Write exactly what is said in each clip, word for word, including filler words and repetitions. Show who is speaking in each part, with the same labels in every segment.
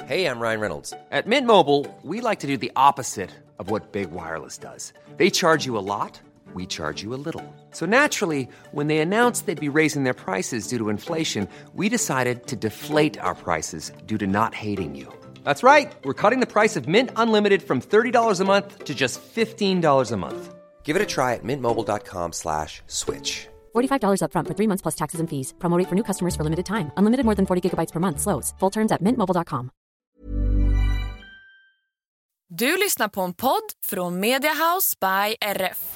Speaker 1: Hey, I'm Ryan Reynolds. At Mint Mobile, we like to do the opposite of what Big Wireless does. They charge you a lot, we charge you a little. So naturally, when they announced they'd be raising their prices due to inflation, we decided to deflate our prices due to not hating you. That's right. We're cutting the price of Mint Unlimited from thirty dollars a month to just fifteen dollars a month. Give it a try at mintmobile.com slash switch.
Speaker 2: forty-five dollars up front for three months plus taxes and fees. Promo rate for new customers for limited time. Unlimited more than forty gigabytes per month. Slows full terms at mint mobile dot com.
Speaker 3: Du lyssnar på en podd från Media House by R F.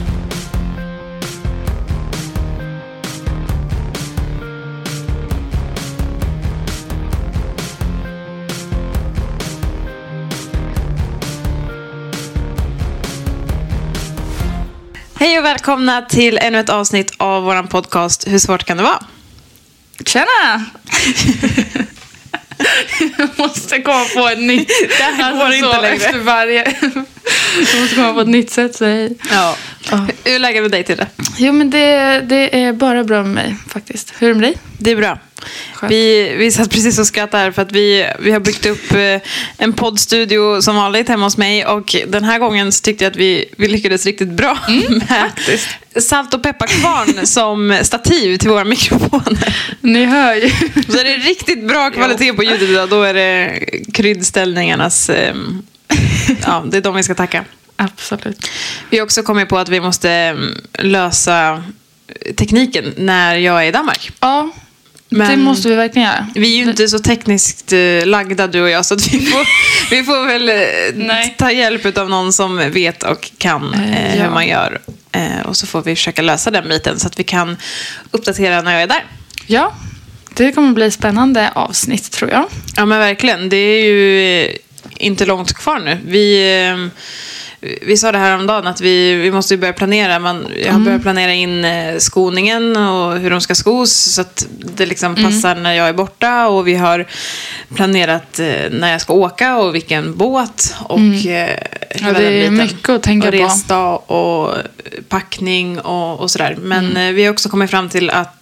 Speaker 4: Hej och välkomna till ännu ett avsnitt av våran podcast Hur svårt kan det vara?
Speaker 5: Tjena! Jag måste komma på ett nytt.
Speaker 4: Det här går
Speaker 5: alltså,
Speaker 4: inte längre.
Speaker 5: Efter varje... Jag måste komma på ett nytt sätt. Så jag...
Speaker 4: Ja. Oh. Hur är läget med dig till det?
Speaker 5: Jo, men det, det är bara bra med mig faktiskt. Hur är det med dig?
Speaker 4: Det är bra. Vi, vi satt precis och skrattade här för att vi, vi har byggt upp en poddstudio som vanligt hemma hos mig. Och den här gången så tyckte jag att vi, vi lyckades riktigt bra mm, med faktiskt. Salt- och pepparkvarn som stativ till våra mikrofoner.
Speaker 5: Ni hör ju.
Speaker 4: Så är det riktigt bra kvalitet på ljudet idag. Då är det kryddställningarnas... Ja, det är de vi ska tacka.
Speaker 5: Absolut.
Speaker 4: Vi har också kommit på att vi måste lösa tekniken när jag är i Danmark.
Speaker 5: Ja,
Speaker 4: men
Speaker 5: det måste vi verkligen göra.
Speaker 4: Vi är ju inte så tekniskt lagda, du och jag, så att vi får, vi får väl Nej. ta hjälp av någon som vet och kan eh, ja. hur man gör. Eh, och så får vi försöka lösa den biten så att vi kan uppdatera när jag är där.
Speaker 5: Ja, det kommer bli spännande avsnitt tror jag.
Speaker 4: Ja, men verkligen. Det är ju inte långt kvar nu. Vi... Eh, Vi sa det här om dagen att vi, vi måste börja planera. Man, jag har börjat planera in skoningen och hur de ska skos så att det liksom passar mm. när jag är borta. Och vi har planerat när jag ska åka och vilken båt och mm. hela
Speaker 5: ja, det är mycket att tänka
Speaker 4: och
Speaker 5: på.
Speaker 4: Resdag och packning och, och sådär. Men mm. vi har också kommit fram till att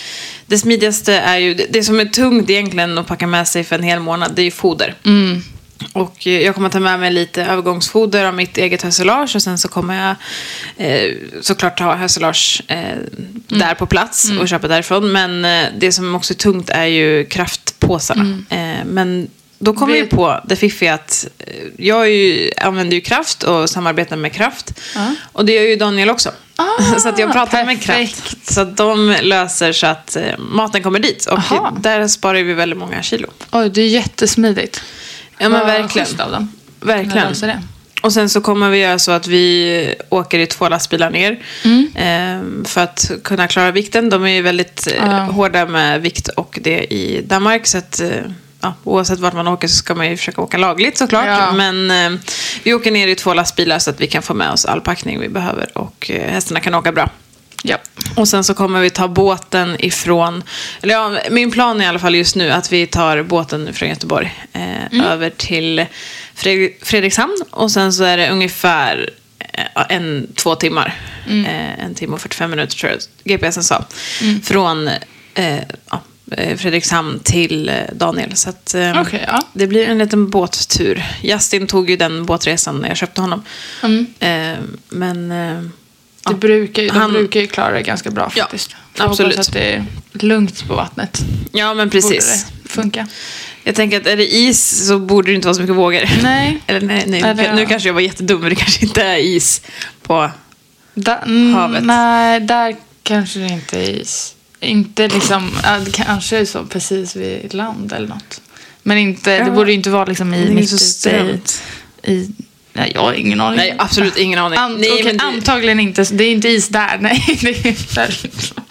Speaker 4: det smidigaste är ju, det, det som är tungt egentligen att packa med sig för en hel månad, det är ju foder.
Speaker 5: Mm.
Speaker 4: Och jag kommer ta med mig lite övergångsfoder av mitt eget hösselage. Och sen så kommer jag eh, såklart ha hösselage eh, mm. där på plats mm. och köpa därifrån. Men eh, det som också är tungt är ju kraftpåsarna. Mm. Eh, men då kommer vi på det fiffiga att eh, jag är ju, använder ju kraft och samarbetar med kraft. Uh. Och det gör ju Daniel också. Ah, så att jag pratar perfekt. med kraft. Så att de löser så att eh, maten kommer dit. Och Aha. där sparar vi väldigt många kilo.
Speaker 5: Oj, det är jättesmidigt.
Speaker 4: Ja, men verkligen.
Speaker 5: Av dem.
Speaker 4: Verkligen. Det. Och sen så kommer vi göra så att vi åker i två lastbilar ner mm. eh, för att kunna klara vikten. De är ju väldigt eh, mm. hårda med vikt och det i Danmark. Så att eh, ja, oavsett vart man åker så ska man ju försöka åka lagligt såklart. Ja. Men eh, vi åker ner i två lastbilar så att vi kan få med oss all packning vi behöver. Och eh, hästarna kan åka bra. Ja. Och sen så kommer vi ta båten ifrån, eller ja, min plan är i alla fall just nu att vi tar båten från Göteborg eh, mm. över till Fredrik, Fredrikshamn. Och sen så är det ungefär eh, en, två timmar mm. eh, en timme och fyrtiofem minuter tror jag G P S:en sa mm. från eh, ja, Fredrikshamn till Daniel. Så att eh,
Speaker 5: okay, ja.
Speaker 4: det blir en liten båttur. Justin tog ju den båtresan när jag köpte honom mm. eh, men eh,
Speaker 5: Det brukar, de han, brukar ju klara det ganska bra faktiskt.
Speaker 4: Ja, absolut.
Speaker 5: Att det är lugnt på vattnet.
Speaker 4: Ja, men precis.
Speaker 5: Borde det funka.
Speaker 4: Jag tänker att är det is så borde det inte vara så mycket vågor.
Speaker 5: Nej.
Speaker 4: Eller nej, nej.
Speaker 5: Eller,
Speaker 4: nu kanske jag var jättedum, men det kanske inte är is på
Speaker 5: da, mm,
Speaker 4: havet.
Speaker 5: Nej, där kanske det inte är is. Inte liksom, det kanske är så precis vid land eller något. Men inte, ja. det borde ju inte vara liksom i mitt i, i Nej, jag har ingen aning.
Speaker 4: Nej, absolut ingen aning.
Speaker 5: Ant-
Speaker 4: nej,
Speaker 5: okay,
Speaker 4: men det...
Speaker 5: Antagligen inte. Det är inte is där. Nej, det är där.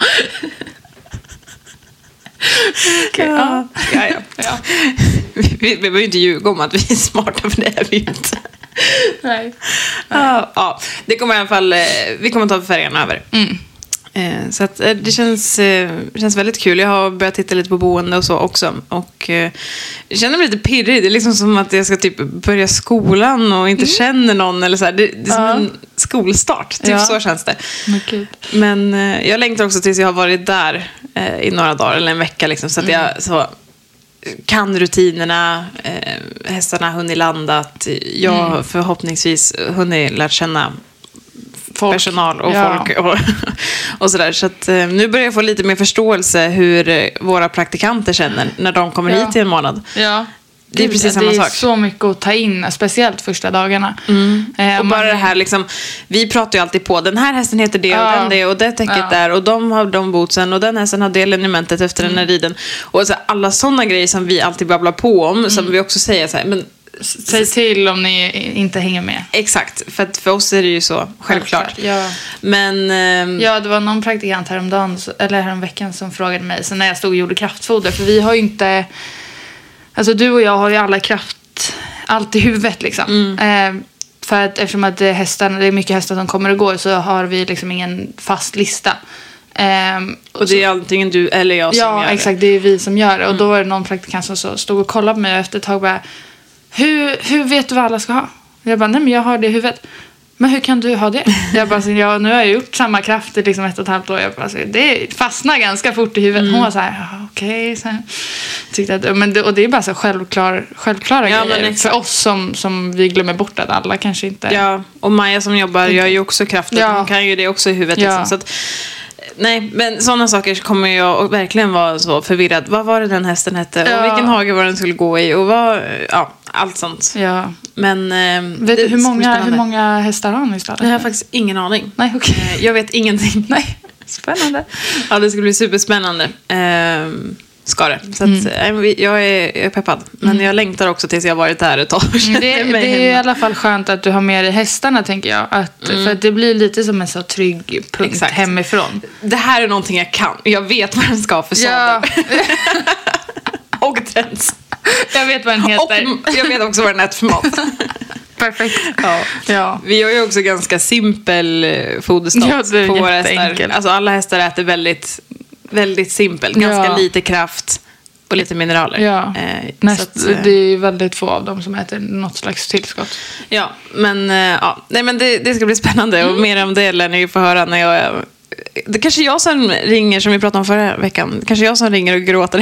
Speaker 4: Okay, ja. Ja, ja. Ja. Vi, vi behöver ju inte ljuga om att vi är smarta, för det är vi inte.
Speaker 5: Nej. Nej.
Speaker 4: Ja, ja. Det kommer i alla fall, vi kommer ta färjan över. Mm. Så att det känns, det känns väldigt kul. Jag har börjat titta lite på boende och så också. Och jag känner mig lite pirrig. Det är liksom som att jag ska typ börja skolan och inte mm. känner någon. Eller så här. Det, det är som ja. en skolstart. Typ ja. så känns det.
Speaker 5: Okay.
Speaker 4: Men jag längtar också tills jag har varit där i några dagar eller en vecka. Liksom, så att jag så, kan rutinerna, eh, hästarna har hunnit landat. Jag har mm. förhoppningsvis hunnit lärt känna folk. Personal och ja. folk och, och sådär. Så att, eh, nu börjar jag få lite mer förståelse hur våra praktikanter känner när de kommer ja. hit i en månad.
Speaker 5: Ja.
Speaker 4: Det är precis samma sak.
Speaker 5: Det är så mycket att ta in, speciellt första dagarna.
Speaker 4: Mm.
Speaker 5: Eh,
Speaker 4: och bara det här liksom, vi pratar ju alltid på, den här hästen heter det ja. och den det och det täcket ja. där och de har de bootsen och den hästen har det elementet efter mm. den här riden. Och så alla sådana grejer som vi alltid babblar på om, mm. som vi också säger så här, men
Speaker 5: säg till om ni inte hänger med.
Speaker 4: Exakt, för att för oss är det ju så självklart.
Speaker 5: Ja.
Speaker 4: Men ehm...
Speaker 5: ja, det var någon praktikant häromdagen eller häromveckan som frågade mig så när jag stod och gjorde kraftfoder, för vi har ju inte, alltså du och jag har ju alla kraft allt i huvudet liksom. Mm. Eh, för att eftersom att det är, hästar, det är mycket hästar som kommer och går så har vi liksom ingen fast lista. Um,
Speaker 4: och, och det är antingen du eller jag som
Speaker 5: ja,
Speaker 4: gör det.
Speaker 5: Ja, exakt. Det är vi som gör det. Mm. Och då var det någon praktikant som så stod och kollade på mig och efter ett tag bara, hur, hur vet du vad alla ska ha? Jag bara, nej men jag har det i huvudet. Men hur kan du ha det? Jag bara, ja, nu har jag gjort samma kraft i liksom ett och ett halvt år. Jag bara, det fastnar ganska fort i huvudet. Mm. Hon var så här, okej. Okay, tyckte att, men det, och det är bara så självklar, självklara ja, grejer. För oss som, som vi glömmer bort att alla kanske inte...
Speaker 4: Ja, och Maja som jobbar gör ju också kraften. Ja. Hon kan ju det också i huvudet. Ja. Liksom, så att, nej, men sådana saker kommer jag verkligen vara så förvirrad. Vad var det den hästen hette? Ja. Och vilken hage var den skulle gå i? Och vad, ja, allt sånt.
Speaker 5: Ja.
Speaker 4: Men eh,
Speaker 5: vet du hur många, hur många hästar har ni i stallet?
Speaker 4: Jag har faktiskt ingen aning.
Speaker 5: Nej, okej.
Speaker 4: Okay. Jag vet ingenting.
Speaker 5: Nej, spännande.
Speaker 4: Ja, det ska bli superspännande. Eh, ska det. Så att, mm. eh, jag, är, jag är peppad. Men mm. jag längtar också tills jag har varit här ett tag.
Speaker 5: Det, det är i alla fall skönt att du har med dig hästarna, tänker jag. Att, mm. För att det blir lite som en så trygg punkt Exakt. hemifrån.
Speaker 4: Det här är någonting jag kan. Jag vet vad den ska ha för sadel. Ja. Och trends.
Speaker 5: Jag vet vad den heter.
Speaker 4: Och jag vet också vad den äter för mat.
Speaker 5: Perfekt.
Speaker 4: Ja. Ja. Vi har ju också ganska simpel foderstat ja, på våra hästar. Alltså alla hästar äter väldigt, väldigt simpelt. Ganska ja. lite kraft och lite mineraler.
Speaker 5: Ja. Eh, Näst, att, det är väldigt få av dem som äter något slags tillskott.
Speaker 4: Ja, men, ja. Nej, men det, det ska bli spännande. Mm. Och mer om det lär ni få höra när jag... Det kanske jag som ringer, som vi pratade om förra veckan. Kanske jag som ringer och gråter.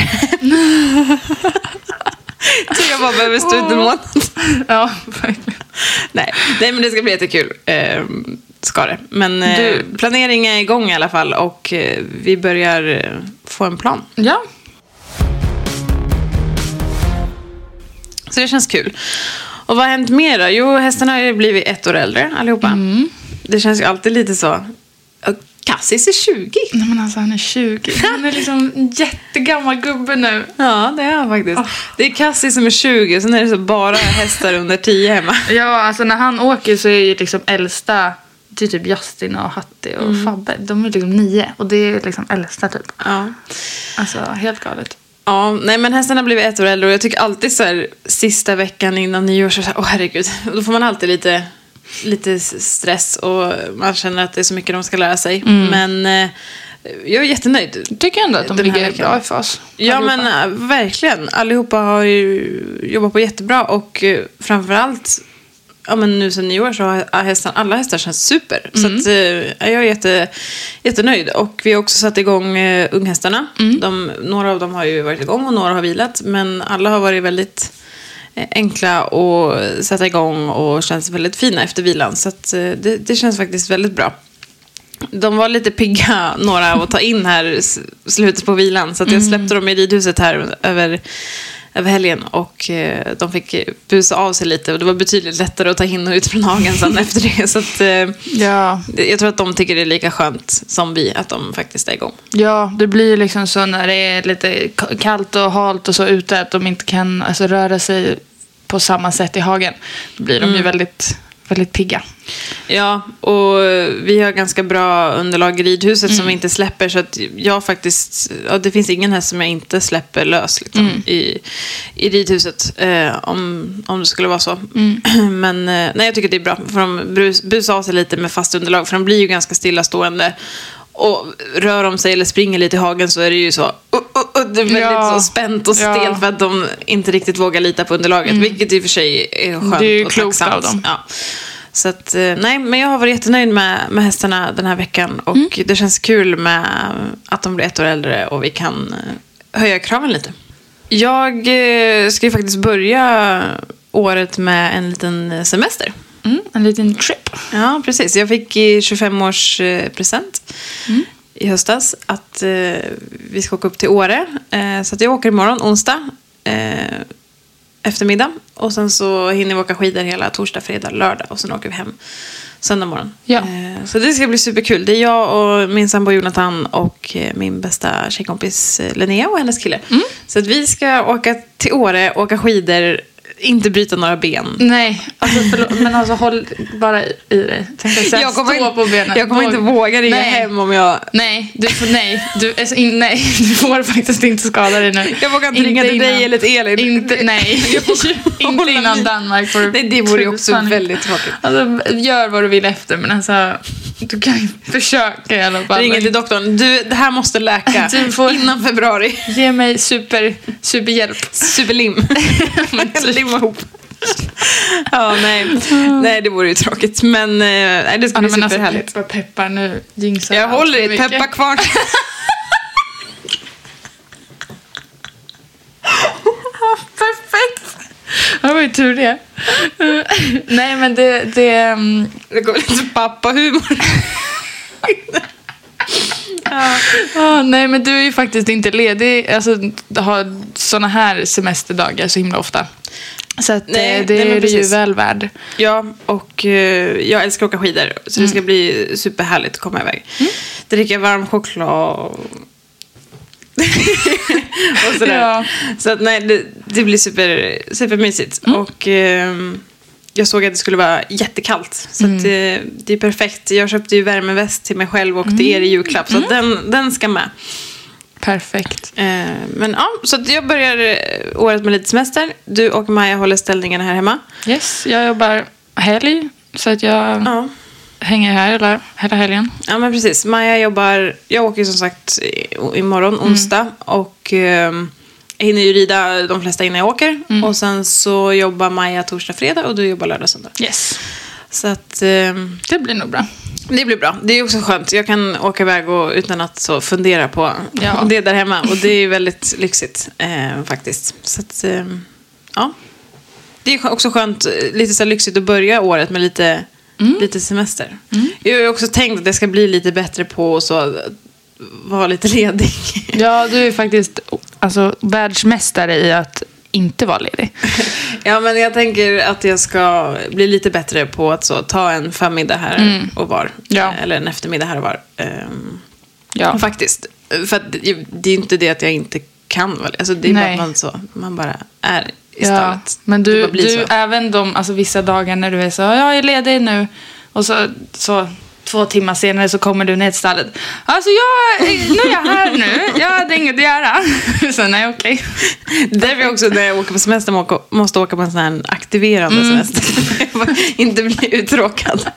Speaker 4: Så jag bara behöver stå ut en månad.
Speaker 5: Ja, verkligen.
Speaker 4: Nej. Nej, men det ska bli jättekul. Eh, ska det. Men eh, du... planering är igång i alla fall. Och eh, vi börjar eh, få en plan.
Speaker 5: Ja.
Speaker 4: Så det känns kul. Och vad har hänt mer då? Jo, hästarna har blivit ett år äldre allihopa. Mm. Det känns ju alltid lite så... Cassis är tjugo.
Speaker 5: Nej, men alltså han är tjugo. Han är liksom en jättegammal gubbe nu.
Speaker 4: Ja, det är han faktiskt. Oh. Det är Cassis som är tjugo. Sen är det så bara hästar under tio hemma.
Speaker 5: Ja, alltså när han åker så är ju liksom äldsta, det är typ Justin och Hattie och mm. Fabbe. De är liksom nio. Och det är liksom äldsta typ.
Speaker 4: Ja.
Speaker 5: Alltså helt galet.
Speaker 4: Ja, nej men hästarna har blivit ett år äldre. Och jag tycker alltid så här, sista veckan innan nyår så här, åh herregud. Då får man alltid lite... lite stress och man känner att det är så mycket de ska lära sig. Mm. Men eh, jag är jättenöjd.
Speaker 5: Tycker ändå att de ligger bra i fas.
Speaker 4: Ja, allihopa. Men äh, verkligen. Allihopa har ju jobbat på jättebra och eh, framförallt ja, men nu sen nyår så har hästan, alla hästar känns super. Mm. Så att, eh, jag är jätte, jättenöjd. Och vi har också satt igång eh, unghästarna. Mm. De, några av dem har ju varit igång och några har vilat. Men alla har varit väldigt... enkla att sätta igång och känns väldigt fina efter vilan. Så att det, det känns faktiskt väldigt bra. De var lite pigga, några, att ta in här slutet på vilan. Så att jag släppte dem i ridhuset här över, över helgen. Och de fick busa av sig lite. Och det var betydligt lättare att ta in och ut från hagen sen efter det. Så att, ja. Jag tror att de tycker det är lika skönt som vi, att de faktiskt är igång.
Speaker 5: Ja, det blir liksom så när det är lite kallt och halt och så ute att de inte kan alltså, röra sig på samma sätt i hagen. Då blir de mm. ju väldigt, väldigt pigga.
Speaker 4: Ja, och vi har ganska bra underlag i ridhuset mm. som vi inte släpper. Så att jag faktiskt, ja, det finns ingen häst som jag inte släpper lös liksom, mm. i, i ridhuset. Eh, om, om det skulle vara så. Mm. Men eh, nej, jag tycker det är bra. För de brus, busar av sig lite med fast underlag. För de blir ju ganska stillastående. Och rör de sig eller springer lite i hagen så är det ju så... Uh, uh, uh, det är väldigt ja. så spänt och stelt ja. för att de inte riktigt vågar lita på underlaget. Mm. Vilket i och för sig är skönt
Speaker 5: det är
Speaker 4: och
Speaker 5: klokt
Speaker 4: tacksamt.
Speaker 5: Av dem.
Speaker 4: Ja. Så att, nej, men jag har varit jättenöjd med, med hästarna den här veckan. Och mm. det känns kul med att de blir ett år äldre och vi kan höja kraven lite. Jag eh, ska ju faktiskt börja året med en liten semester.
Speaker 5: Mm, en liten trip.
Speaker 4: Ja, precis. Jag fick i tjugofem-års eh, present mm. i höstas att eh, vi ska åka upp till Åre. Eh, så att jag åker imorgon, onsdag, eh, eftermiddag. Och sen så hinner vi åka skidor hela torsdag, fredag, lördag. Och sen åker vi hem söndag morgon.
Speaker 5: Ja.
Speaker 4: Eh, så det ska bli superkul. Det är jag och min sambo Jonathan och eh, min bästa tjejkompis eh, Linnea och hennes kille. Mm. Så att vi ska åka till Åre, åka skidor, inte bryta några ben.
Speaker 5: Nej, alltså förlåt, men alltså håll bara i dig. Tänk att
Speaker 4: jag kommer,
Speaker 5: stå på benen.
Speaker 4: Jag kommer inte våga ringa nej. hem om jag...
Speaker 5: Nej, du får, nej, du, alltså, in, nej, du får faktiskt inte skada dig nu.
Speaker 4: Jag vågar inte, inte ringa till innan, dig eller till Elin.
Speaker 5: Inte, nej, inte innan Danmark. För
Speaker 4: nej, det vore ju också fan. väldigt tråkigt.
Speaker 5: Alltså, gör vad du vill efter, men alltså, du kan ju försöka i alla fall.
Speaker 4: Ring till doktorn. Du, det här måste läka du får, innan februari.
Speaker 5: Ge mig super, superhjälp.
Speaker 4: Superlim. Limma ihop. Ja, nej. Nej, det vore ju tråkigt. Men nej, det ska bli
Speaker 5: ja,
Speaker 4: superhärligt.
Speaker 5: Alltså, peppar, peppar nu. Jinxar
Speaker 4: jag håller i ett pepparkvarn.
Speaker 5: Perfekt. Det var ju tur det. Nej, men det... Det, um...
Speaker 4: det går lite pappahumor.
Speaker 5: Ja. Oh, nej, men du är ju faktiskt inte ledig. Alltså, har såna här semesterdagar så himla ofta. Så att, nej, det nej, är du ju väl värd.
Speaker 4: Ja, och uh, jag älskar att åka skidor. Så mm. det ska bli superhärligt att komma iväg. Mm. Dricka varm choklad. och sådär. Ja. Så att nej, det, det blir super, supermysigt. Mm. Och... Uh, jag såg att det skulle vara jättekallt. Så mm. att det, det är perfekt. Jag köpte ju värmeväst till mig själv och mm. till er i julklapp. Så mm. den, den ska med.
Speaker 5: Perfekt.
Speaker 4: Eh, men ja, så att jag börjar året med lite semester. Du och Maja håller ställningarna här hemma.
Speaker 5: Yes, jag jobbar helg. Så att jag ja. hänger här hela, hela helgen.
Speaker 4: Ja, men precis. Maja jobbar... Jag åker som sagt imorgon, onsdag. Mm. Och... Eh, jag hinner ju rida de flesta innan jag åker. Mm. Och sen så jobbar Maja torsdag, fredag. Och du jobbar lördag, söndag.
Speaker 5: Yes.
Speaker 4: Så att... Eh,
Speaker 5: det blir nog bra.
Speaker 4: Det blir bra. Det är också skönt. Jag kan åka iväg och, utan att så fundera på ja. det där hemma. Och det är väldigt lyxigt eh, faktiskt. Så att... Eh, ja. Det är också skönt, lite så lyxigt att börja året med lite, mm. lite semester. Mm. Jag har också tänkt att det ska bli lite bättre på så... vara lite ledig.
Speaker 5: Ja, du är faktiskt alltså, världsmästare i att inte vara ledig.
Speaker 4: Ja, men jag tänker att jag ska bli lite bättre på att så, ta en förmiddag här mm. och var. Ja. Eller en eftermiddag här och var. Um, ja. Faktiskt. För att det, det är inte det att jag inte kan. Alltså, det är Nej. bara att man, så, man bara är i stallet.
Speaker 5: Ja. Men du, du även de, alltså, vissa dagar när du är så, jag är ledig nu. Och så... så två timmar senare så kommer du ner till stallet. Alltså jag, nu är jag här nu. Jag hade inget att göra. Så nej, okej.
Speaker 4: Okay. Därför är också när jag åker på semester måste, måste åka på en sån här aktiverande mm. semester. Inte bli uttråkad.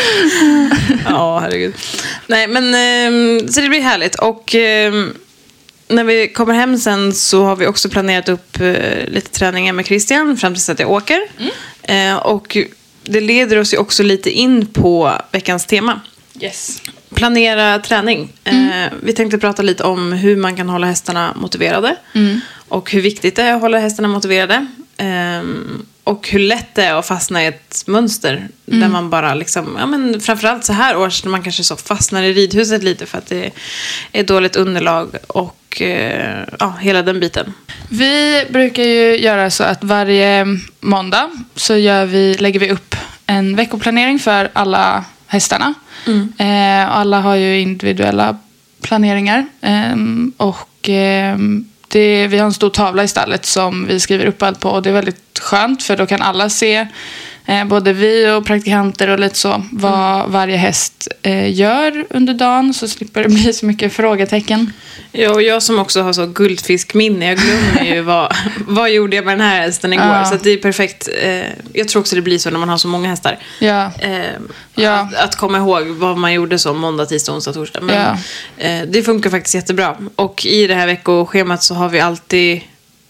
Speaker 4: Ja, herregud. Nej, men så det blir härligt. Och när vi kommer hem sen så har vi också planerat upp lite träningar med Christian fram tills att jag åker. Mm. Och det leder oss ju också lite in på veckans tema.
Speaker 5: Yes.
Speaker 4: Planera träning. Mm. Eh, vi tänkte prata lite om hur man kan hålla hästarna motiverade. Mm. Och hur viktigt det är att hålla hästarna motiverade. Eh, och hur lätt det är att fastna i ett mönster. Mm. Där man bara liksom, ja men framförallt så här års när man kanske så fastnar i ridhuset lite för att det är dåligt underlag och eh, ja, hela den biten.
Speaker 5: Vi brukar ju göra så att varje måndag så gör vi, lägger vi upp en veckoplanering för alla hästarna. Mm. Eh, alla har ju individuella planeringar. Eh, och eh, det, vi har en stor tavla i stallet som vi skriver upp allt på. Och det är väldigt skönt för då kan alla se, eh, både vi och praktikanter och lite så, vad mm. varje häst eh, gör under dagen. Så slipper det bli så mycket frågetecken.
Speaker 4: Ja, och jag som också har så guldfiskminne, jag glömmer ju vad, vad gjorde jag med den här hästen igår. Ja. Så att det är perfekt. Eh, jag tror också det blir så när man har så många hästar.
Speaker 5: Ja.
Speaker 4: Eh,
Speaker 5: ja.
Speaker 4: Att, att komma ihåg vad man gjorde så måndag, tisdag, onsdag, torsdag. Men
Speaker 5: ja.
Speaker 4: eh, det funkar faktiskt jättebra. Och i det här veckoschemat så har vi alltid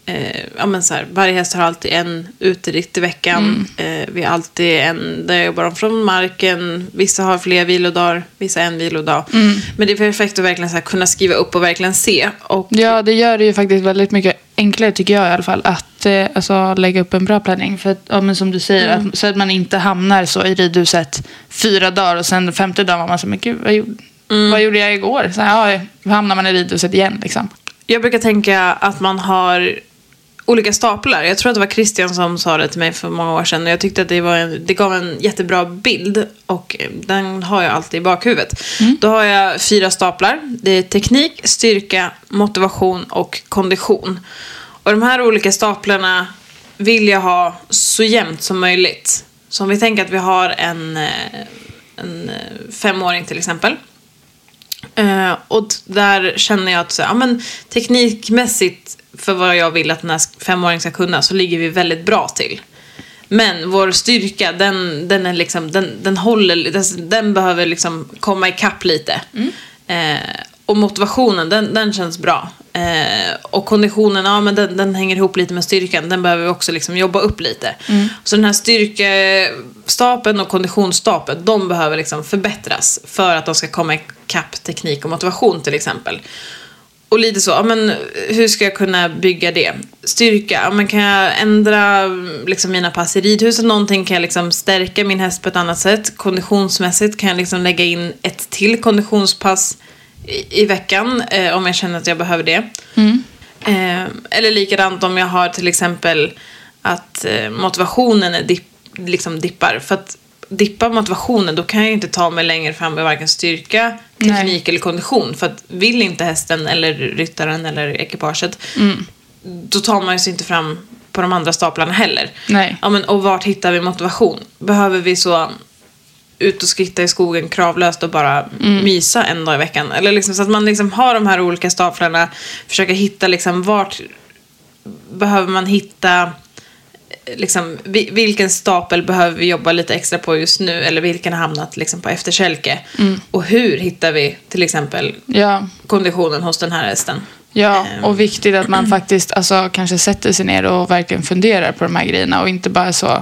Speaker 4: Eh, ja, men så här, varje häst har alltid en uteritt i veckan. Mm. Eh, vi har alltid en där jag jobbar de från marken. Vissa har fler vilodagar, vissa en vilodag. Mm. Men det är perfekt att verkligen så här, kunna skriva upp och verkligen se. Och...
Speaker 5: Ja, det gör det ju faktiskt väldigt mycket enklare tycker jag i alla fall. Att eh, alltså, lägga upp en bra planning. För att, ja, men som du säger, mm. att, så att man inte hamnar så i ridhuset fyra dagar. Och sen femte dagen var man så mycket, vad gjorde, mm. vad gjorde jag igår? Så här, ja, hamnar man i ridhuset igen liksom.
Speaker 4: Jag brukar tänka att man har olika staplar. Jag tror att det var Christian som sa det till mig för många år sedan. Och jag tyckte att det, var en, det gav en jättebra bild. Och den har jag alltid i bakhuvudet. Mm. Då har jag fyra staplar. Det är teknik, styrka, motivation och kondition. Och de här olika staplarna vill jag ha så jämnt som möjligt. Så om vi tänker att vi har en, en femåring till exempel. Uh, och där känner jag att så, ja, men teknikmässigt för vad jag vill att den här femåringen ska kunna så ligger vi väldigt bra till. Men vår styrka den, den, är liksom, den, den, håller, den, den behöver liksom komma ikapp lite. Mm. Uh, och motivationen den, den känns bra. Uh, och konditionen ja, men den, den hänger ihop lite med styrkan. Den behöver vi också liksom jobba upp lite. Mm. Så den här styrkestapeln och konditionsstapeln de behöver liksom förbättras för att de ska komma ikapp teknik och motivation till exempel. Och lite så, ja, men hur ska jag kunna bygga det? Styrka, ja, men kan jag ändra liksom mina pass i ridhuset någonting? Kan jag liksom stärka min häst på ett annat sätt? Konditionsmässigt kan jag liksom lägga in ett till konditionspass i, i veckan eh, om jag känner att jag behöver det. Mm. Eh, eller likadant om jag har till exempel att eh, motivationen är dipp, liksom dippar. För att dippa motivationen, då kan jag inte ta mig längre fram med varken styrka, teknik Nej. eller kondition. För att vill inte hästen eller ryttaren eller ekipaget, mm. då tar man sig inte fram på de andra staplarna heller. Nej. Ja, men, och vart hittar vi motivation? Behöver vi så ut och skritta i skogen kravlöst och bara mm. mysa en dag i veckan? Eller liksom, så att man liksom har de här olika staplarna, försöka hitta liksom vart behöver man hitta liksom, vilken stapel behöver vi jobba lite extra på just nu, eller vilken har hamnat liksom på efterkälke, mm. och hur hittar vi till exempel ja. konditionen hos den här hästen.
Speaker 5: Ja, och viktigt att man faktiskt alltså, kanske sätter sig ner och verkligen funderar på de här grejerna och inte bara så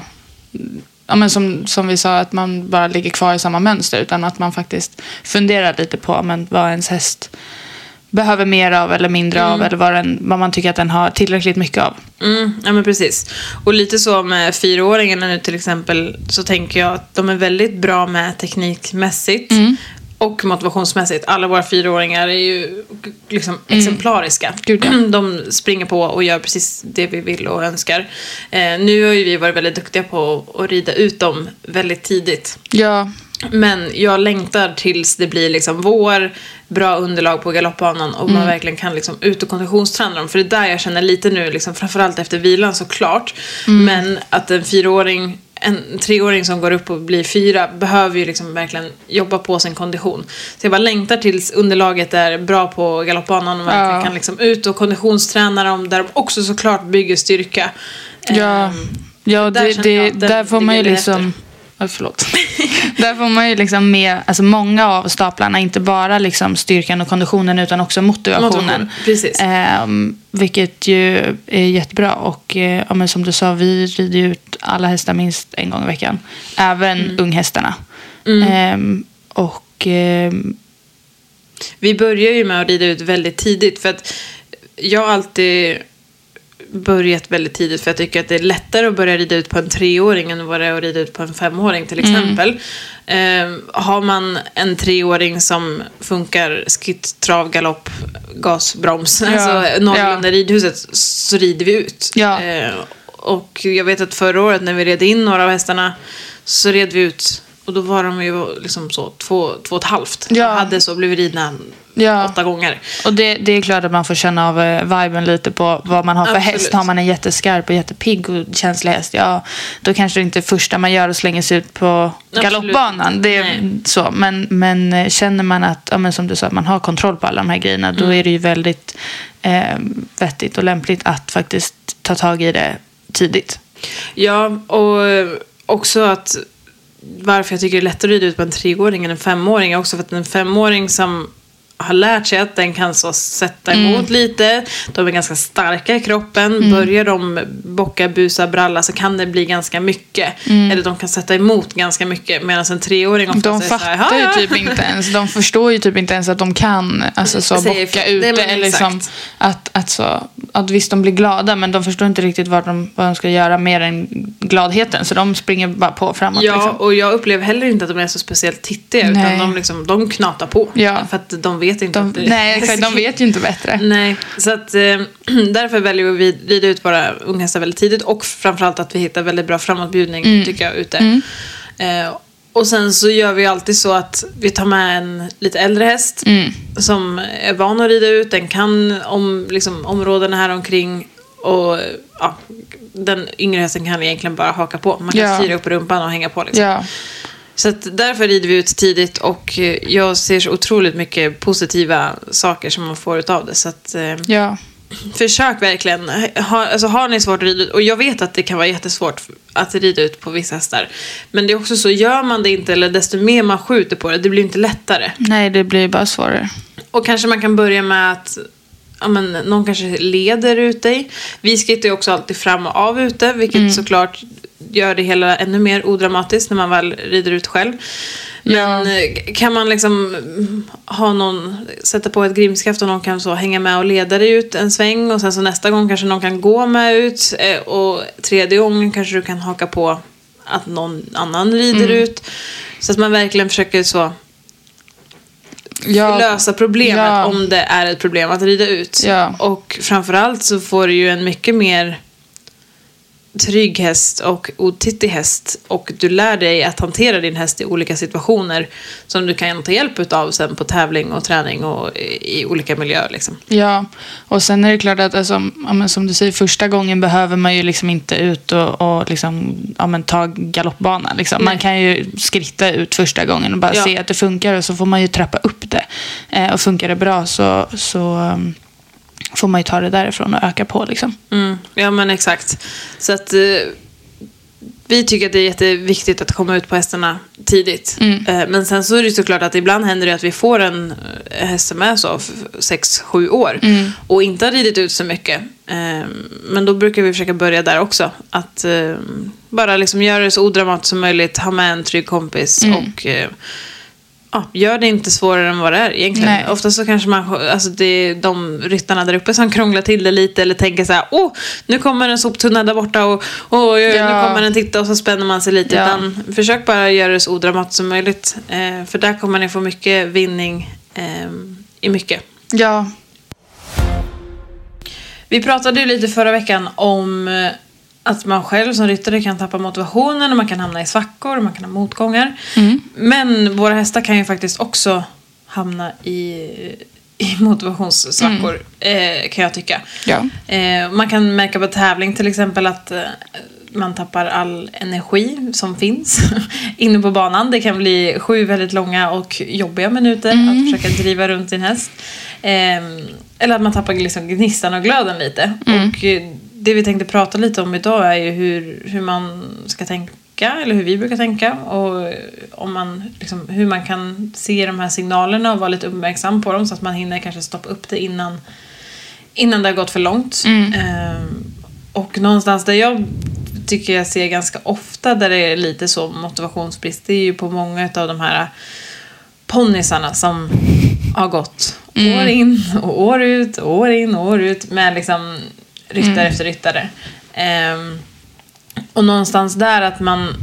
Speaker 5: ja, men som, som vi sa, att man bara ligger kvar i samma mönster, utan att man faktiskt funderar lite på men, vad ens häst behöver mer av eller mindre mm. av, eller vad, den, vad man tycker att den har tillräckligt mycket av.
Speaker 4: Mm, ja men precis. Och lite så med fyraåringarna nu till exempel, så tänker jag att de är väldigt bra med teknikmässigt mm. och motivationsmässigt. Alla våra fyraåringar är ju liksom mm. exemplariska. Gud, ja. De springer på och gör precis det vi vill och önskar. Eh, nu har ju vi varit väldigt duktiga på att rida ut dem väldigt tidigt.
Speaker 5: Ja.
Speaker 4: Men jag längtar tills det blir liksom vår, bra underlag på galoppbanan och mm. man verkligen kan liksom ut och konditionsträna dem. För det är där jag känner lite nu, liksom, framförallt efter vilan såklart. Mm. Men att en fyraåring, en treåring som går upp och blir fyra behöver ju liksom verkligen jobba på sin kondition. Så jag bara längtar tills underlaget är bra på galoppbanan och verkligen ja. kan liksom ut och konditionsträna dem, där de också såklart bygger styrka.
Speaker 5: Ja, um, ja det, det, där får man ju liksom... Oh, förlåt. Där får man ju liksom med alltså många av staplarna, inte bara liksom styrkan och konditionen utan också motivationen.
Speaker 4: Precis.
Speaker 5: Eh, vilket ju är jättebra. Och eh, ja, men som du sa, vi rider ut alla hästar minst en gång i veckan. Även mm. unghästarna. Mm. Eh, och eh,
Speaker 4: vi börjar ju med att rida ut väldigt tidigt, för att jag har alltid börjat väldigt tidigt, för jag tycker att det är lättare att börja rida ut på en treåring än vad det är att rida ut på en femåring till exempel. Mm. Eh, har man en treåring som funkar skritt, trav, galopp, gas, broms, ja. alltså någorlunda ja. ridhuset, så rider vi ut. Ja. Eh, och jag vet att förra året när vi red in några av hästarna så red vi ut, och då var de ju liksom så två, två och ett halvt. Ja. Hade så blivit ridna ja. åtta gånger.
Speaker 5: Och det, det är klart att man får känna av viben lite på vad man har för Absolut. häst. Har man en jätteskarp och jättepigg och känslig häst, ja, då kanske det inte är första man gör och slänger sig ut på galoppbanan. Det är så. Men, men känner man att, ja, men som du sa, man har kontroll på alla de här grejerna, mm. då är det ju väldigt eh, vettigt och lämpligt att faktiskt ta tag i det tidigt.
Speaker 4: Ja, och också att varför jag tycker det är lättare att rida ut på en treåring än en femåring är också för att en femåring som har lärt sig att den kan så sätta emot mm. lite. De är ganska starka i kroppen. Mm. Börjar de bocka, busa, bralla så kan det bli ganska mycket. Mm. Eller de kan sätta emot ganska mycket. Medan en treåring ofta
Speaker 5: de
Speaker 4: säger
Speaker 5: fattar
Speaker 4: så här,
Speaker 5: ju typ inte ens. De förstår ju typ inte ens att de kan alltså, så säger, bocka ute. Eller liksom, att, att, så, att visst de blir glada, men de förstår inte riktigt vad de, vad de ska göra mer än gladheten. Så de springer bara på framåt.
Speaker 4: Ja,
Speaker 5: liksom.
Speaker 4: Och jag upplever heller inte att de är så speciellt tittiga. Nej. Utan de, liksom, de knatar på. Ja. För att de vet inte
Speaker 5: de,
Speaker 4: att det,
Speaker 5: nej, de vet ju inte bättre.
Speaker 4: Nej, så att eh, därför väljer vi att rida ut våra unghästar väldigt tidigt. Och framförallt att vi hittar väldigt bra framåtbjudning mm. tycker jag ute. Mm. Eh, och sen så gör vi alltid så att vi tar med en lite äldre häst mm. som är van att rida ut. Den kan om liksom, områdena här omkring. Och ja, den yngre hästen kan egentligen bara haka på. Man kan ja. styra upp rumpan och hänga på liksom. Ja. Så att därför rider vi ut tidigt och jag ser så otroligt mycket positiva saker som man får ut av det. Så att eh, ja. försök verkligen. Ha, alltså, har ni svårt att rida ut, och jag vet att det kan vara jättesvårt att rida ut på vissa hästar. Men det är också så, gör man det inte eller desto mer man skjuter på det, det blir inte lättare.
Speaker 5: Nej, det blir bara svårare.
Speaker 4: Och kanske man kan börja med att ja, men, någon kanske leder ut dig. Vi skrittar ju också alltid fram och av ute, vilket mm. såklart gör det hela ännu mer odramatiskt när man väl rider ut själv. Men ja. kan man liksom ha någon, sätta på ett grimskaft och någon kan så hänga med och leda dig ut en sväng, och sen så nästa gång kanske någon kan gå med ut, och tredje gången kanske du kan haka på att någon annan rider mm. ut, så att man verkligen försöker så ja. lösa problemet ja. om det är ett problem att rida ut. Ja. Och framförallt så får du ju en mycket mer trygg häst och otittig häst, och du lär dig att hantera din häst i olika situationer som du kan ta hjälp av sen på tävling och träning och i, i olika miljöer liksom.
Speaker 5: Ja, och sen är det klart att alltså, ja, men som du säger, första gången behöver man ju liksom inte ut och, och liksom, ja, men ta galoppbana liksom. Man kan ju skritta ut första gången och bara ja. se att det funkar, och så får man ju trappa upp det, eh, och funkar det bra så, så um, får man ju ta det därifrån och öka på liksom.
Speaker 4: Mm, ja men exakt. Så att eh, vi tycker att det är jätteviktigt att komma ut på hästarna tidigt. Mm. Eh, men sen så är det såklart att ibland händer det att vi får en häst som är så sex sju år mm. och inte har ridit ut så mycket. Eh, men då brukar vi försöka börja där också. Att eh, bara liksom göra det så odramatiskt som möjligt. Ha med en trygg kompis mm. och eh, ja, gör det inte svårare än vad det är egentligen. Nej. Ofta så kanske man, alltså det är de ryttarna där uppe som krånglar till det lite, eller tänker så här: åh, nu kommer en soptunna där borta och, och ja. nu kommer den titta, och så spänner man sig lite. Ja. Utan försök bara göra det så odramatiskt som möjligt. Eh, för där kommer ni få mycket vinning eh, i mycket.
Speaker 5: Ja.
Speaker 4: Vi pratade ju lite förra veckan om att man själv som ryttare kan tappa motivationen, och man kan hamna i svackor, och man kan ha motgångar. Mm. Men våra hästar kan ju faktiskt också hamna i, i motivationssvackor, mm. eh, kan jag tycka. Ja. Eh, man kan märka på tävling till exempel att eh, man tappar all energi som finns inne på banan. Det kan bli sju väldigt långa och jobbiga minuter mm. att försöka driva runt sin häst. Eh, eller att man tappar liksom gnistan och glöden lite. Mm. Och det vi tänkte prata lite om idag är ju hur, hur man ska tänka, eller hur vi brukar tänka, och om man, liksom, hur man kan se de här signalerna och vara lite uppmärksam på dem, så att man hinner kanske stoppa upp det innan, innan det har gått för långt. Mm. Ehm, och någonstans där jag tycker jag ser ganska ofta där det är lite så motivationsbrist, det är ju på många av de här ponnysarna som har gått mm. år in och år ut, år in och år ut med liksom ryttare mm. efter ryttare. Um, och någonstans där att man...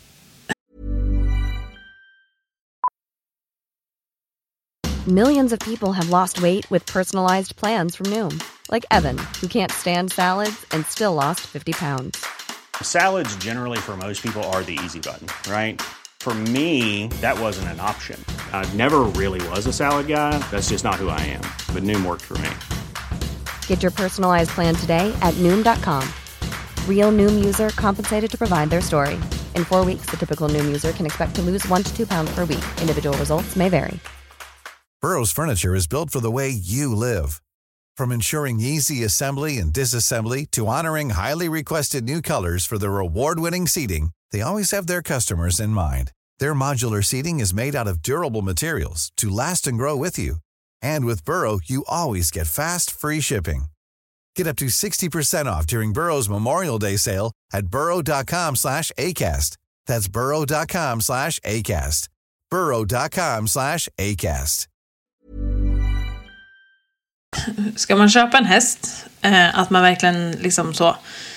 Speaker 6: Millions of people have lost weight with personalized plans from Noom. Like Evan, who can't stand salads and still lost fifty pounds.
Speaker 7: Salads generally for most people are the easy button, right? For me, that wasn't an option. I never really was a salad guy. That's just not who I am. But Noom worked for me.
Speaker 6: Get your personalized plan today at Noom dot com. Real Noom user compensated to provide their story. In four weeks, the typical Noom user can expect to lose one to two pounds per week. Individual results may vary.
Speaker 8: Burrow's furniture is built for the way you live. From ensuring easy assembly and disassembly to honoring highly requested new colors for their award-winning seating, they always have their customers in mind. Their modular seating is made out of durable materials to last and grow with you. And with Burrow, you always get fast, free shipping. Get up to sixty percent off during Burrow's Memorial Day sale at burrow.com slash ACAST. That's burrow.com slash ACAST. burrow.com slash ACAST.
Speaker 4: Ska man köpa en häst, eh, att man verkligen liksom så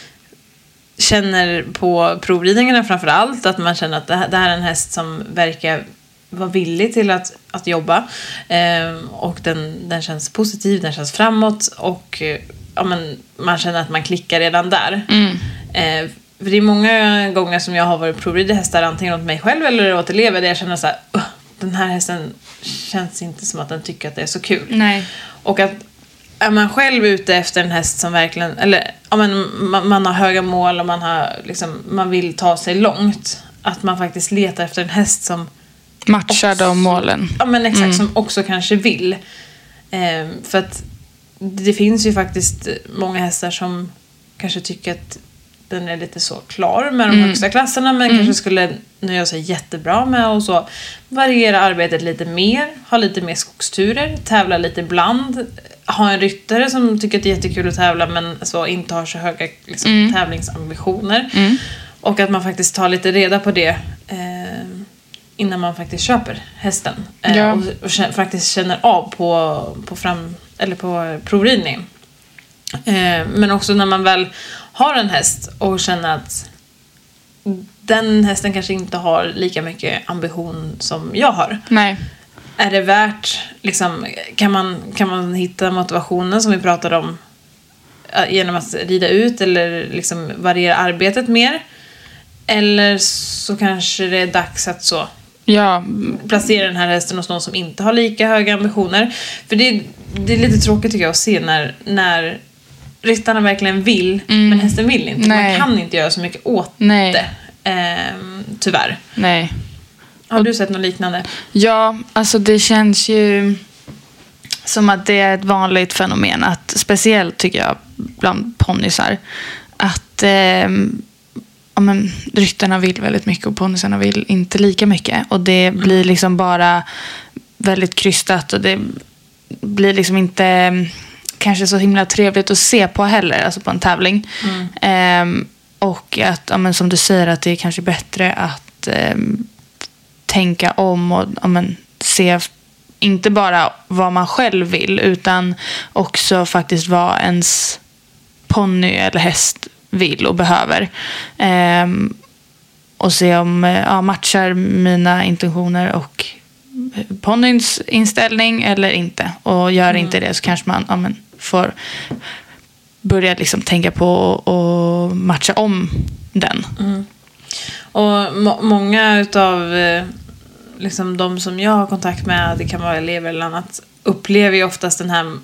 Speaker 4: känner på provridningarna framför allt, att man känner att det här, det här är en häst som verkar vara villig till att, att jobba, eh, och den, den känns positiv, den känns framåt, och eh, ja, men man känner att man klickar redan där.
Speaker 5: Mm.
Speaker 4: Eh, för det är många gånger som jag har varit provrider hästar, antingen åt mig själv eller åt elever, där jag känner så här, den här hästen känns inte som att den tycker att det är så kul.
Speaker 5: Nej.
Speaker 4: Och att är man själv ute efter en häst som verkligen, eller ja, men man, man har höga mål och man har liksom, man vill ta sig långt, att man faktiskt letar efter en häst som
Speaker 5: matchar
Speaker 4: också,
Speaker 5: de målen.
Speaker 4: Ja, men exakt,
Speaker 5: mm.
Speaker 4: som också kanske vill. Eh, för att det finns ju faktiskt många hästar som kanske tycker att den är lite så klar med de mm. högsta klasserna, men mm. kanske skulle nöja sig jättebra med och så variera arbetet lite mer, ha lite mer skogsturer, tävla lite ibland, ha en ryttare som tycker att det är jättekul att tävla men så inte har så höga liksom, mm. tävlingsambitioner.
Speaker 5: Mm.
Speaker 4: Och att man faktiskt tar lite reda på det eh, innan man faktiskt köper hästen. Eh,
Speaker 5: ja.
Speaker 4: och, och k- faktiskt känner av på, på, fram, eller på provridning. Eh, men också när man väl har en häst och känner att den hästen kanske inte har lika mycket ambition som jag har.
Speaker 5: Nej.
Speaker 4: Är det värt, liksom, kan man, kan man hitta motivationen som vi pratade om genom att rida ut eller liksom variera arbetet mer? Eller så kanske det är dags att så
Speaker 5: ja.
Speaker 4: placera den här hästen hos någon som inte har lika höga ambitioner. För det, det är lite tråkigt tycker jag att se när, när ryttarna verkligen vill, mm. men hästen vill inte.
Speaker 5: Nej.
Speaker 4: Man kan inte göra så mycket åt
Speaker 5: Nej.
Speaker 4: det. Ehm, tyvärr.
Speaker 5: Nej.
Speaker 4: Har du sett något liknande?
Speaker 5: Ja, alltså det känns ju som att det är ett vanligt fenomen, att speciellt tycker jag bland ponnysar, att eh, ja, men, ryttarna vill väldigt mycket och ponnysarna vill inte lika mycket, och det mm. blir liksom bara väldigt krystat, och det blir liksom inte kanske så himla trevligt att se på heller, alltså på en tävling. Mm. Eh, och att, ja, men, som du säger, att det är kanske bättre att eh, tänka om och ja, men, se inte bara vad man själv vill, utan också faktiskt vad ens ponny eller häst vill och behöver. Ehm, och se om ja, matchar mina intentioner och ponnyns inställning eller inte. Och gör mm. inte det så kanske man ja, men, får börja liksom tänka på och matcha om den.
Speaker 4: Mm. Och må- många utav eh, liksom de som jag har kontakt med, det kan vara elever eller annat, upplever ju oftast den här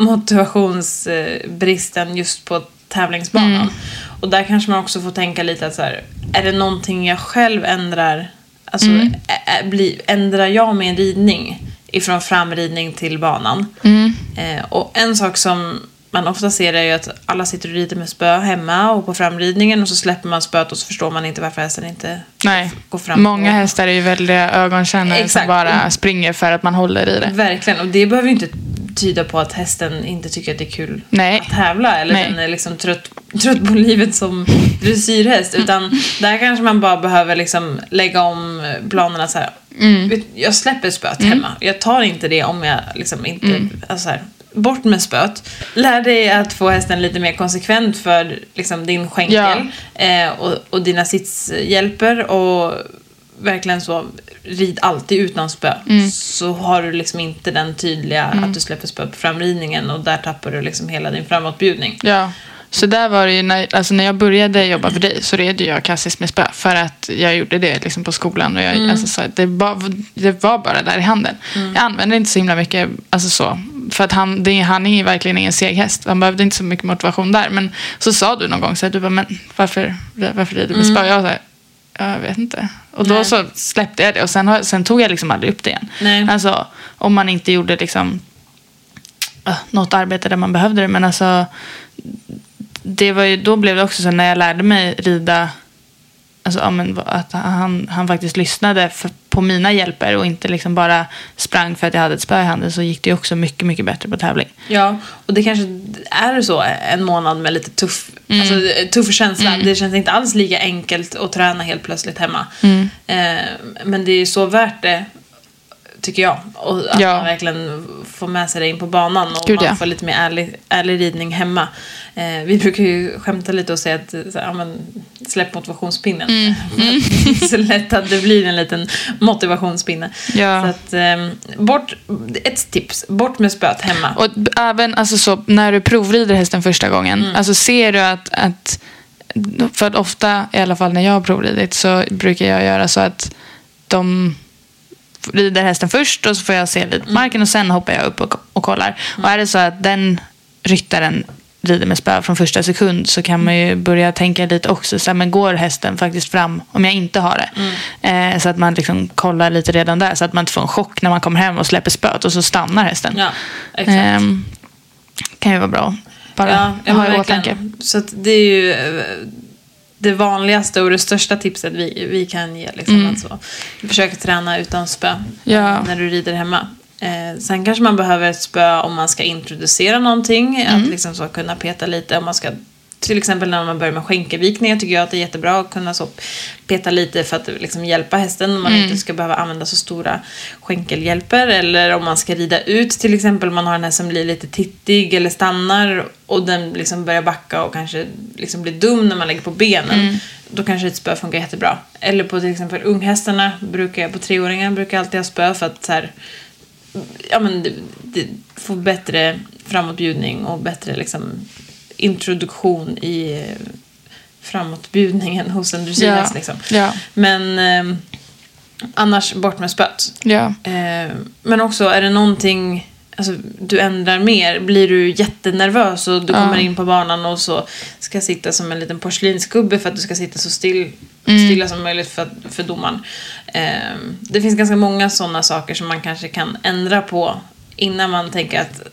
Speaker 4: motivationsbristen just på tävlingsbanan. Mm. Och där kanske man också får tänka lite att så här, är det någonting jag själv ändrar, alltså mm. ä- bli, ändrar jag min ridning ifrån framridning till banan? Mm. Eh, och en sak som man ofta ser är ju att alla sitter och rider med spö hemma och på framridningen, och så släpper man spöet och så förstår man inte varför hästen inte
Speaker 5: Nej.
Speaker 4: går fram.
Speaker 5: Många på. Hästar är ju väldiga ögonkännare som bara springer för att man håller i det.
Speaker 4: Verkligen, och det behöver ju inte tyda på att hästen inte tycker att det är kul
Speaker 5: Nej.
Speaker 4: att tävla, eller
Speaker 5: Nej.
Speaker 4: den är liksom trött, trött på livet som dressyrhäst, utan där kanske man bara behöver liksom lägga om planerna så här. Mm. Jag släpper spöet mm. hemma. Jag tar inte det om jag liksom inte mm. alltså så här, bort med spöet. Lär dig att få hästen lite mer konsekvent för liksom din skänkel ja. eh, och, och dina sitshjälper, och verkligen så rid alltid utan spö. Mm. Så har du liksom inte den tydliga mm. att du släpper spö på framridningen, och där tappar du liksom hela din framåtbjudning.
Speaker 5: Ja. Så där var det ju när, alltså när jag började jobba för dig, så red jag klassiskt med spö, för att jag gjorde det liksom på skolan, och jag, mm. alltså, så, det, var, det var bara där i handen. Mm. Jag använde inte så himla mycket, alltså så, för att han, det, han är verkligen ingen seg häst. Han behövde inte så mycket motivation där. Men så sa du någon gång så att du bara, men varför, varför rider du med spö? Mm. Jag var så här, jag vet inte. Och då Nej. så släppte jag det, och sen, har, sen tog jag liksom aldrig upp det igen. Nej. Alltså om man inte gjorde liksom uh, något arbete där man behövde det, men alltså det var ju, då blev det också så när jag lärde mig rida, alltså ja, men, att han, han faktiskt lyssnade för, på mina hjälper och inte liksom bara sprang för att jag hade ett spö i handen, så gick det också mycket, mycket bättre på tävling.
Speaker 4: Ja, och det kanske är så en månad med lite tuff, mm. alltså, tuff känsla. Mm. Det känns inte alls lika enkelt att träna helt plötsligt hemma. Mm. Eh, men det är så värt det, tycker jag. Och att ja. man verkligen får med sig det in på banan. Och Gud, man ja. får lite mer ärlig, ärlig ridning hemma. Eh, vi brukar ju skämta lite och säga att så, ja, men, släpp motivationspinnen. Mm. Mm. Så lätt att det blir en liten motivationspinne. Ja. Så att, eh, bort, ett tips. Bort med spöt hemma.
Speaker 5: Och även alltså, så, när du provrider hästen första gången. Mm. Alltså ser du att, att... För att ofta, i alla fall när jag har provridit, så brukar jag göra så att de... rider hästen först och så får jag se lite på marken och sen hoppar jag upp och, och kollar. Mm. Och är det så att den ryttaren rider med spö från första sekund, så kan man ju börja tänka lite också så här, men går hästen faktiskt fram om jag inte har det? Mm. Eh, så att man liksom kollar lite redan där, så att man inte får en chock när man kommer hem och släpper spöt och så stannar hästen.
Speaker 4: Ja, exakt.
Speaker 5: Eh, kan ju vara bra. Bara
Speaker 4: ja,
Speaker 5: ha i åtanke.
Speaker 4: Så att det är ju det vanligaste och det största tipset vi, vi kan ge. Liksom, mm. alltså, försök träna utan spö
Speaker 5: ja.
Speaker 4: när du rider hemma. Eh, sen kanske man behöver ett spö om man ska introducera någonting. Mm. Att liksom så kunna peta lite. Om man ska, till exempel när man börjar med skänkelvikningar, tycker jag att det är jättebra att kunna så peta lite för att liksom hjälpa hästen. Om man mm. inte ska behöva använda så stora skänkelhjälper. Eller om man ska rida ut, till exempel man har en häst som blir lite tittig eller stannar och den liksom börjar backa och kanske liksom blir dum när man lägger på benen. Mm. Då kanske ett spö funkar jättebra. Eller på till exempel unghästarna, brukar jag, på treåringar brukar jag alltid ha spö för att så här, ja, men det, det får bättre framåtbjudning och bättre liksom introduktion i framåtbjudningen hos en dressyrhäst. Ja. Liksom. Ja. Men eh, annars bort med spöt.
Speaker 5: Ja.
Speaker 4: Eh, men också är det någonting, alltså, du ändrar mer, blir du jättenervös och du ja. kommer in på banan och så ska sitta som en liten porslinskubbe för att du ska sitta så still, mm. stilla som möjligt för, för domaren. Eh, det finns ganska många sådana saker som man kanske kan ändra på innan man tänker att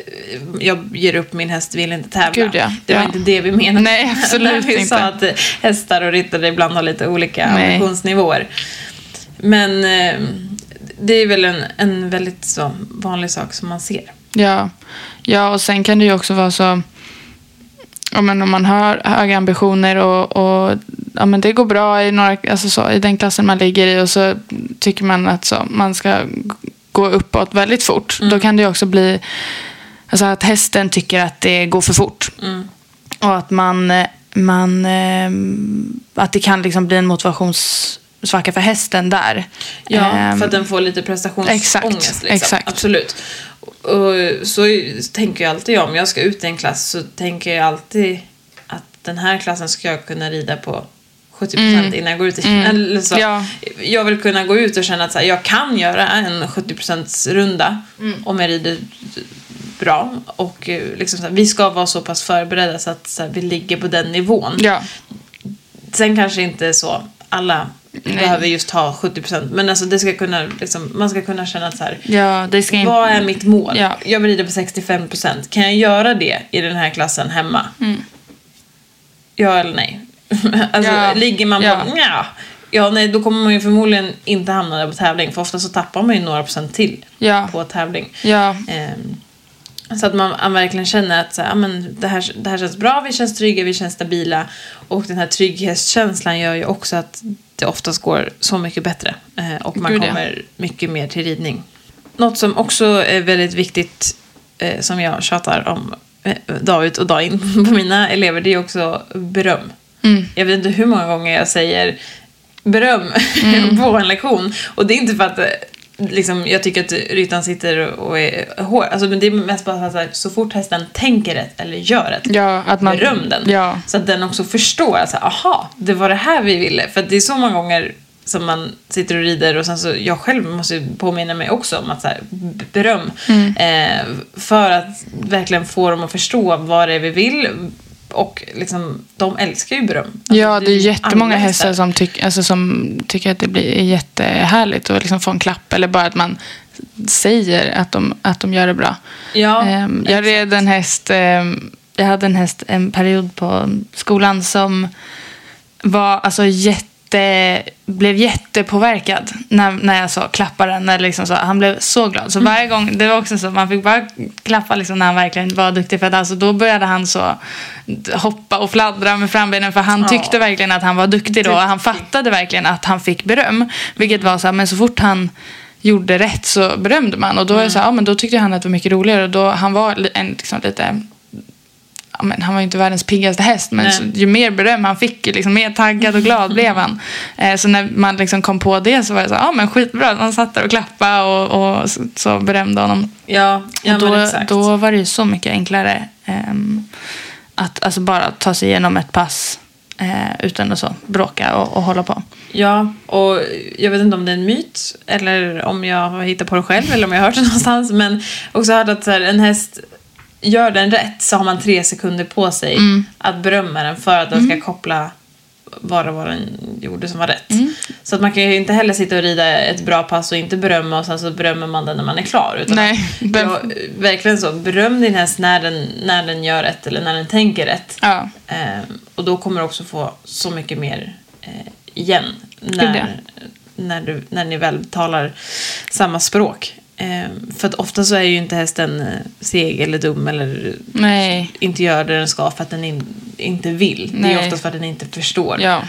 Speaker 4: jag ger upp, min häst vill inte tävla.
Speaker 5: Gud, ja.
Speaker 4: Det var
Speaker 5: ja.
Speaker 4: inte det vi menade.
Speaker 5: Nej, absolut
Speaker 4: vi
Speaker 5: inte.
Speaker 4: sa att hästar och ryttare ibland har lite olika ambitionsnivåer. Men eh, det är väl en, en väldigt så vanlig sak som man ser.
Speaker 5: Ja, ja, och sen kan det ju också vara så, ja, men om man har höga ambitioner och, och ja, men det går bra i, några, alltså så, i den klassen man ligger i, och så tycker man att så, man ska gå uppåt väldigt fort. Mm. Då kan det ju också bli alltså att hästen tycker att det går för fort. Mm. Och att man, man att det kan liksom bli en motivationssvacka för hästen där.
Speaker 4: Ja, för att den får lite prestationsångest.
Speaker 5: Exakt,
Speaker 4: liksom.
Speaker 5: exakt.
Speaker 4: Absolut. Och så tänker jag alltid, om jag ska ut i en klass så tänker jag alltid att den här klassen ska jag kunna rida på sjuttio procent mm. innan jag går ut i mm. eller så. Ja. Jag vill kunna gå ut och känna att så här, jag kan göra en sjuttio procent runda mm. om jag rider bra, och liksom så här, vi ska vara så pass förberedda så att så här, vi ligger på den nivån.
Speaker 5: Ja.
Speaker 4: Sen kanske inte så alla Nej. behöver just ha sjuttio procent, men alltså det ska kunna liksom, man ska kunna känna att så här,
Speaker 5: ja, det ska
Speaker 4: vad är mitt mål?
Speaker 5: Ja.
Speaker 4: Jag vill rida på sextiofem procent. Kan jag göra det i den här klassen hemma? Mm. Ja eller nej? Alltså, ja. ligger man på ja. ja. Ja, nej, då kommer man ju förmodligen inte hamna där på tävling. För ofta så tappar man ju några procent till
Speaker 5: ja.
Speaker 4: på tävling.
Speaker 5: Ja.
Speaker 4: Um, så att man, man verkligen känner att så här, men det, här, det här känns bra, vi känns trygga, vi känns stabila. Och den här trygghetskänslan gör ju också att det oftast går så mycket bättre. Uh, och man Gud, kommer ja. mycket mer till ridning. Något som också är väldigt viktigt, uh, som jag tjatar om uh, dag ut och dag in på mina elever, det är också beröm. Mm. Jag vet inte hur många gånger jag säger beröm mm. på en lektion. Och det är inte för att liksom, jag tycker att ryttaren sitter och är hård. Alltså, men det är mest bara att så, här, så fort hästen tänker rätt eller gör rätt,
Speaker 5: ja, att man,
Speaker 4: beröm den.
Speaker 5: Ja.
Speaker 4: Så att den också förstår att alltså, aha, det var det här vi ville. För att det är så många gånger som man sitter och rider och sen så jag själv måste påminna mig också om att så här, beröm. Mm. Eh, för att verkligen få dem att förstå vad det är vi vill. Och liksom, de älskar ju beröm. Alltså,
Speaker 5: ja, det är jättemånga hästar som, tyck, alltså, som tycker att det blir jättehärligt att liksom få en klapp. Eller bara att man säger att de, att de gör det bra.
Speaker 4: Ja,
Speaker 5: um, jag red en häst um, Jag hade en häst en period på skolan som var alltså jätte jätte, blev jättepåverkad när, när jag så klappade den. Eller liksom så, han blev så glad. Så varje gång, det var också så, man fick bara klappa liksom när han verkligen var duktig. För att alltså, då började han så hoppa och fladdra med frambenen. För han tyckte ja. verkligen att han var duktig då. Han fattade verkligen att han fick beröm. Vilket var så här, men så fort han gjorde rätt så berömde man. Och då, mm. är så här, ja, men då tyckte han att det var mycket roligare. Och då, han var en, liksom, lite... Men han var ju inte världens piggaste häst, men så, ju mer beröm han fick, ju liksom mer taggad och glad blev han. Eh, så när man liksom kom på det så var det så, ja ah, men skitbra. Han satt där och klappade och, och så, så berömde honom.
Speaker 4: Ja, ja
Speaker 5: och då,
Speaker 4: men exakt.
Speaker 5: Då var det ju så mycket enklare eh, att alltså bara ta sig igenom ett pass eh, utan att så bråka och, och hålla på.
Speaker 4: Ja, och jag vet inte om det är en myt eller om jag har hittat på det själv eller om jag har hört det någonstans, men också hört att så här, en häst gör den rätt så har man tre sekunder på sig mm. att berömma den för att den ska mm. koppla vad det var den gjorde som var rätt. Mm. Så att man kan ju inte heller sitta och rida ett bra pass och inte berömma och sen så berömmer man den när man är klar. Utan
Speaker 5: Nej.
Speaker 4: Jag, verkligen så, beröm din häst när den, när den gör rätt eller när den tänker rätt. Ja. Eh, och då kommer du också få så mycket mer eh, igen när, när, du, när ni väl talar samma språk. För att ofta så är ju inte hästen seg eller dum eller Nej. inte gör det den ska för att den in, inte vill. Nej. Det är oftast för att den inte förstår. Ja.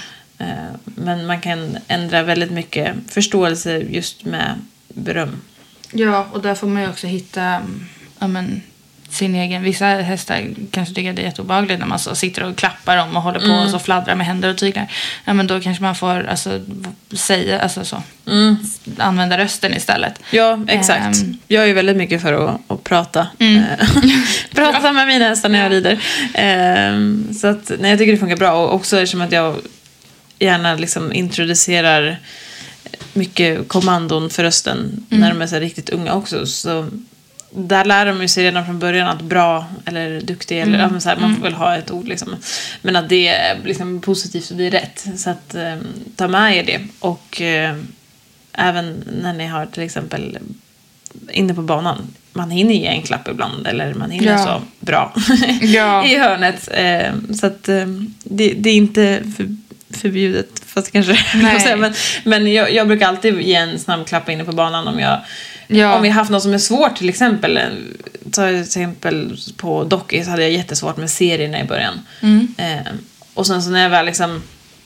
Speaker 4: Men man kan ändra väldigt mycket förståelse just med beröm.
Speaker 5: Ja, och där får man ju också hitta ja, men, sin egen... Vissa hästar kanske tycker det är jätteobehagligt när man så sitter och klappar dem och håller på mm. och så fladdrar med händer och tyglar. Ja, men då kanske man får alltså, säga, alltså så, mm. använda rösten istället.
Speaker 4: Ja, exakt. Um, jag är ju väldigt mycket för att, att prata. Mm. prata med mina hästar när jag rider. Um, så att, nej, jag tycker det funkar bra. Och också eftersom att jag gärna liksom introducerar mycket kommandon för rösten mm. när de är så riktigt unga också. Så där lär de ju sig redan från början att bra eller duktig eller mm. ja, så här, man får väl ha ett ord liksom. Men att det är liksom positivt och blir rätt. Så att eh, ta med er det. Och eh, även när ni har till exempel inne på banan, man hinner ge en klapp ibland eller man hinner ja. så bra ja. i hörnet. Eh, så att eh, det, det är inte för, förbjudet fast kanske säga, men, men jag, jag brukar alltid ge en snabb klapp inne på banan om jag Ja. Om vi har haft något som är svårt till exempel. Ta till exempel på Docky så hade jag jättesvårt med serierna i början. Mm. Eh, och sen så när jag väl liksom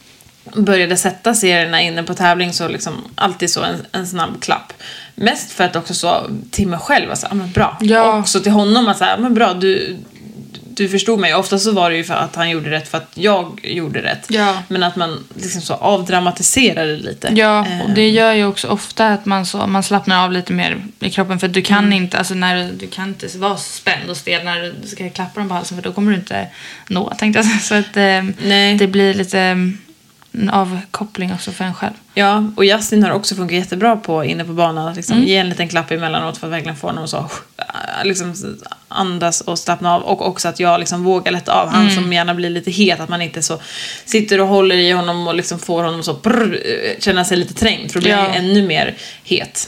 Speaker 4: började sätta serierna inne på tävling så liksom alltid så en, en snabb klapp. Mest för att också så till mig själv alltså, ah, men bra. Ja. Och också till honom att säga, ah, men bra du du förstod mig. Ofta så var det ju för att han gjorde rätt för att jag gjorde rätt. Ja. Men att man liksom så avdramatiserar det lite.
Speaker 5: Ja, och det gör ju också ofta att man, så, man slappnar av lite mer i kroppen. För att du kan mm. inte, alltså när du, du kan inte vara spänd och stel när du ska klappa dem på halsen. För då kommer du inte nå, tänkte jag. Så att eh, det blir lite avkoppling också för en själv.
Speaker 4: Ja, och Justin har också funkat jättebra på inne på banan att liksom mm. ge en liten klapp emellanåt för att verkligen få honom så liksom andas och slappna av, och också att jag liksom vågar lätta av han mm. som gärna blir lite het, att man inte så sitter och håller i honom och liksom får honom så brr, känna sig lite trängd för då blir ja. jag ännu mer het.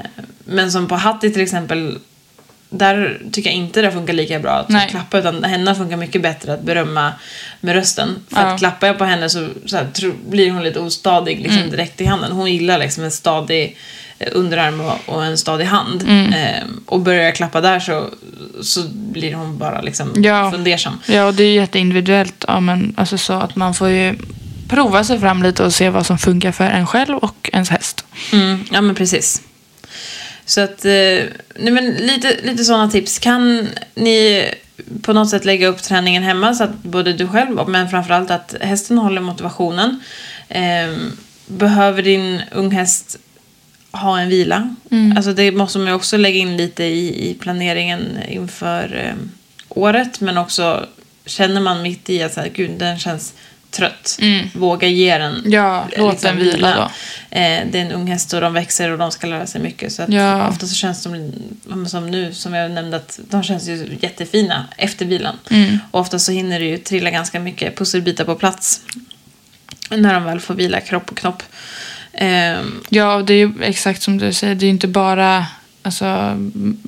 Speaker 4: Men som på Hattie till exempel, där tycker jag inte det funkar lika bra att klappa, utan henne funkar mycket bättre att berömma med rösten. För ja. att klappar jag på henne så, så här, tro, blir hon lite ostadig liksom, mm. direkt i handen. Hon gillar liksom en stadig underarm och, och en stadig hand. Mm. Eh, och börjar jag klappa där så, så blir hon bara liksom ja. fundersam.
Speaker 5: Ja, och det är jätteindividuellt. Ja, men, alltså så att man får ju prova sig fram lite och se vad som funkar för en själv och ens häst.
Speaker 4: Mm. Ja, men precis. Så att, eh, nej men lite, lite sådana tips. Kan ni på något sätt lägga upp träningen hemma så att både du själv, men framförallt att hästen håller motivationen. Eh, behöver din unghäst ha en vila? Mm. Alltså det måste man ju också lägga in lite i, i planeringen inför eh, året. Men också känner man mitt i att så här, gud, den känns trött. Mm. Våga ge den.
Speaker 5: Ja, låt liksom, den vila då.
Speaker 4: Eh, det är en ung häst och de växer och de ska lära sig mycket. Så att ja. ofta så känns de som nu, som jag nämnde, att de känns ju jättefina efter vilan. Mm. Och ofta så hinner det ju trilla ganska mycket pusselbitar på plats när de väl får vila kropp och knopp.
Speaker 5: Eh, ja, det är ju exakt som du säger. Det är ju inte bara alltså,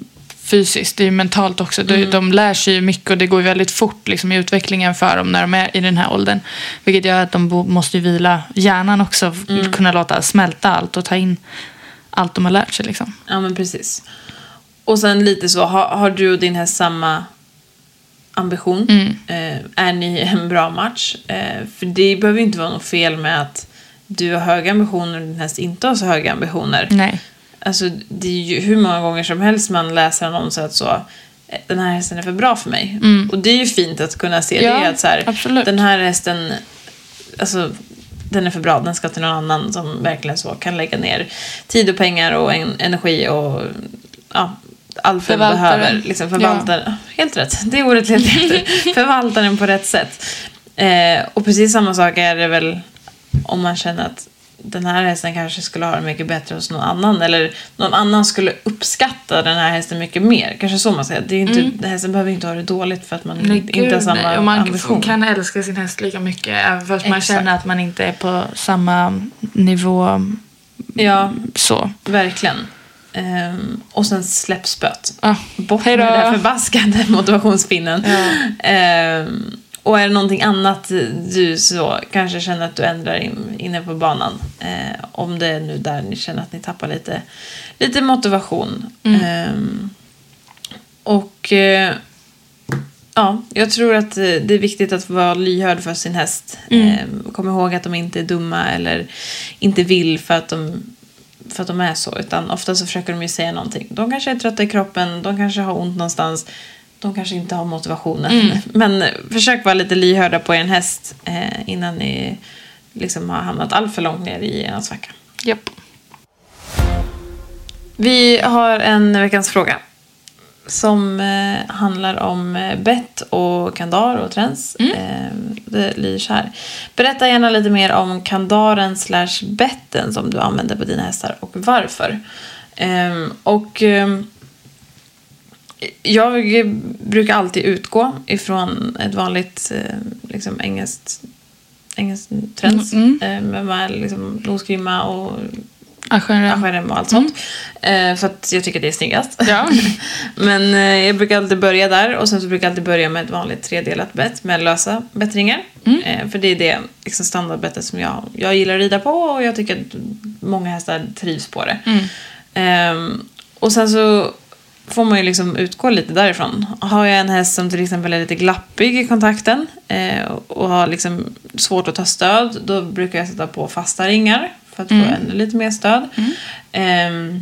Speaker 5: fysiskt, det är ju mentalt också. Mm. De, de lär sig ju mycket och det går väldigt fort liksom, i utvecklingen för dem när de är i den här åldern. Vilket gör att de bo, måste vila hjärnan också, mm. kunna låta smälta allt och ta in allt de har lärt sig. Liksom.
Speaker 4: Ja, men precis. Och sen lite så, har, har du och din häst samma ambition? Mm. Eh, är ni en bra match? Eh, för det behöver inte vara något fel med att du har höga ambitioner och din häst inte har så höga ambitioner.
Speaker 5: Nej.
Speaker 4: Alltså, det är ju hur många gånger som helst man läser annonser att så, den här hästen är för bra för mig. Mm. Och det är ju fint att kunna se ja, det. Att så här, den här hästen, alltså, den är för bra. Den ska till någon annan som verkligen så kan lägga ner tid och pengar och en, energi och ja, allt den behöver. Liksom, förvaltaren. Ja. Helt rätt. Det är ordet helt efter. Förvaltaren på rätt sätt. Eh, och precis samma sak är det väl om man känner att den här hästen kanske skulle ha det mycket bättre hos någon annan. Eller någon annan skulle uppskatta den här hästen mycket mer. Kanske så man säger. Det är inte, mm. Den hästen behöver inte ha det dåligt för att man nej, inte gud, har samma nej. Och
Speaker 5: man
Speaker 4: ambition.
Speaker 5: Kan älska sin häst lika mycket. Även fast man Exakt. Känner att man inte är på samma nivå.
Speaker 4: Ja,
Speaker 5: så.
Speaker 4: Verkligen. Um, och sen släpp spöt.
Speaker 5: Ah,
Speaker 4: Bort med den där förbaskade motivationspinnen. Ja. Um, Och är det någonting annat du så kanske känner att du ändrar in, inne på banan. Eh, om det är nu där ni känner att ni tappar lite, lite motivation. Mm. Eh, och eh, ja, jag tror att det är viktigt att vara lyhörd för sin häst. Mm. Eh, kom ihåg att de inte är dumma eller inte vill för att de... för att de är så. Utan ofta så försöker de ju säga någonting. De kanske är trötta i kroppen. De kanske har ont någonstans. De kanske inte har motivationen. Mm. Men försök vara lite lyhörda på er häst eh, innan ni liksom har hamnat allt för långt ner i en svacka.
Speaker 5: Japp.
Speaker 4: Vi har en veckans fråga som eh, handlar om eh, bett och kandar och träns. Mm. Eh, det lyder så här. Berätta gärna lite mer om kandaren slash betten som du använder på dina hästar och varför. Eh, och... Eh, Jag brukar alltid utgå ifrån ett vanligt liksom, engelskt, engelskt träns. Mm, mm. Med liksom, nosgrimma och askärrem och allt sånt. Mm. För att jag tycker det är snyggast. Ja. Men jag brukar alltid börja där. Och sen så brukar jag alltid börja med ett vanligt tredelat bett med lösa bettringar. Mm. För det är det liksom, standardbettet som jag, jag gillar att rida på. Och jag tycker att många hästar trivs på det. Mm. Och sen så får man ju liksom utgå lite därifrån. Har jag en häst som till exempel är lite glappig i kontakten eh, och har liksom svårt att ta stöd, då brukar jag sätta på fasta ringar för att mm. få ännu lite mer stöd. Mm. Eh,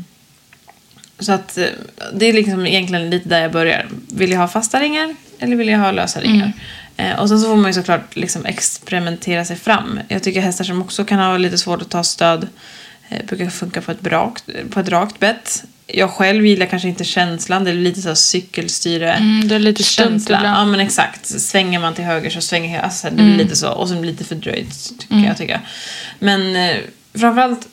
Speaker 4: så att det är liksom egentligen lite där jag börjar. Vill jag ha fasta ringar eller vill jag ha lösa ringar? Mm. Eh, och sen så får man ju såklart liksom experimentera sig fram. Jag tycker hästar som också kan ha lite svårt att ta stöd eh, brukar funka på ett, brakt, på ett rakt bett. Jag själv gillar kanske inte känslan. Det är lite så cykelstyre.
Speaker 5: Mm, det är lite känsla.
Speaker 4: Ja, men exakt. Svänger man till höger så svänger jag. Alltså, det blir mm. lite så. Och så lite fördröjt tycker mm. jag tycker. Men eh, framförallt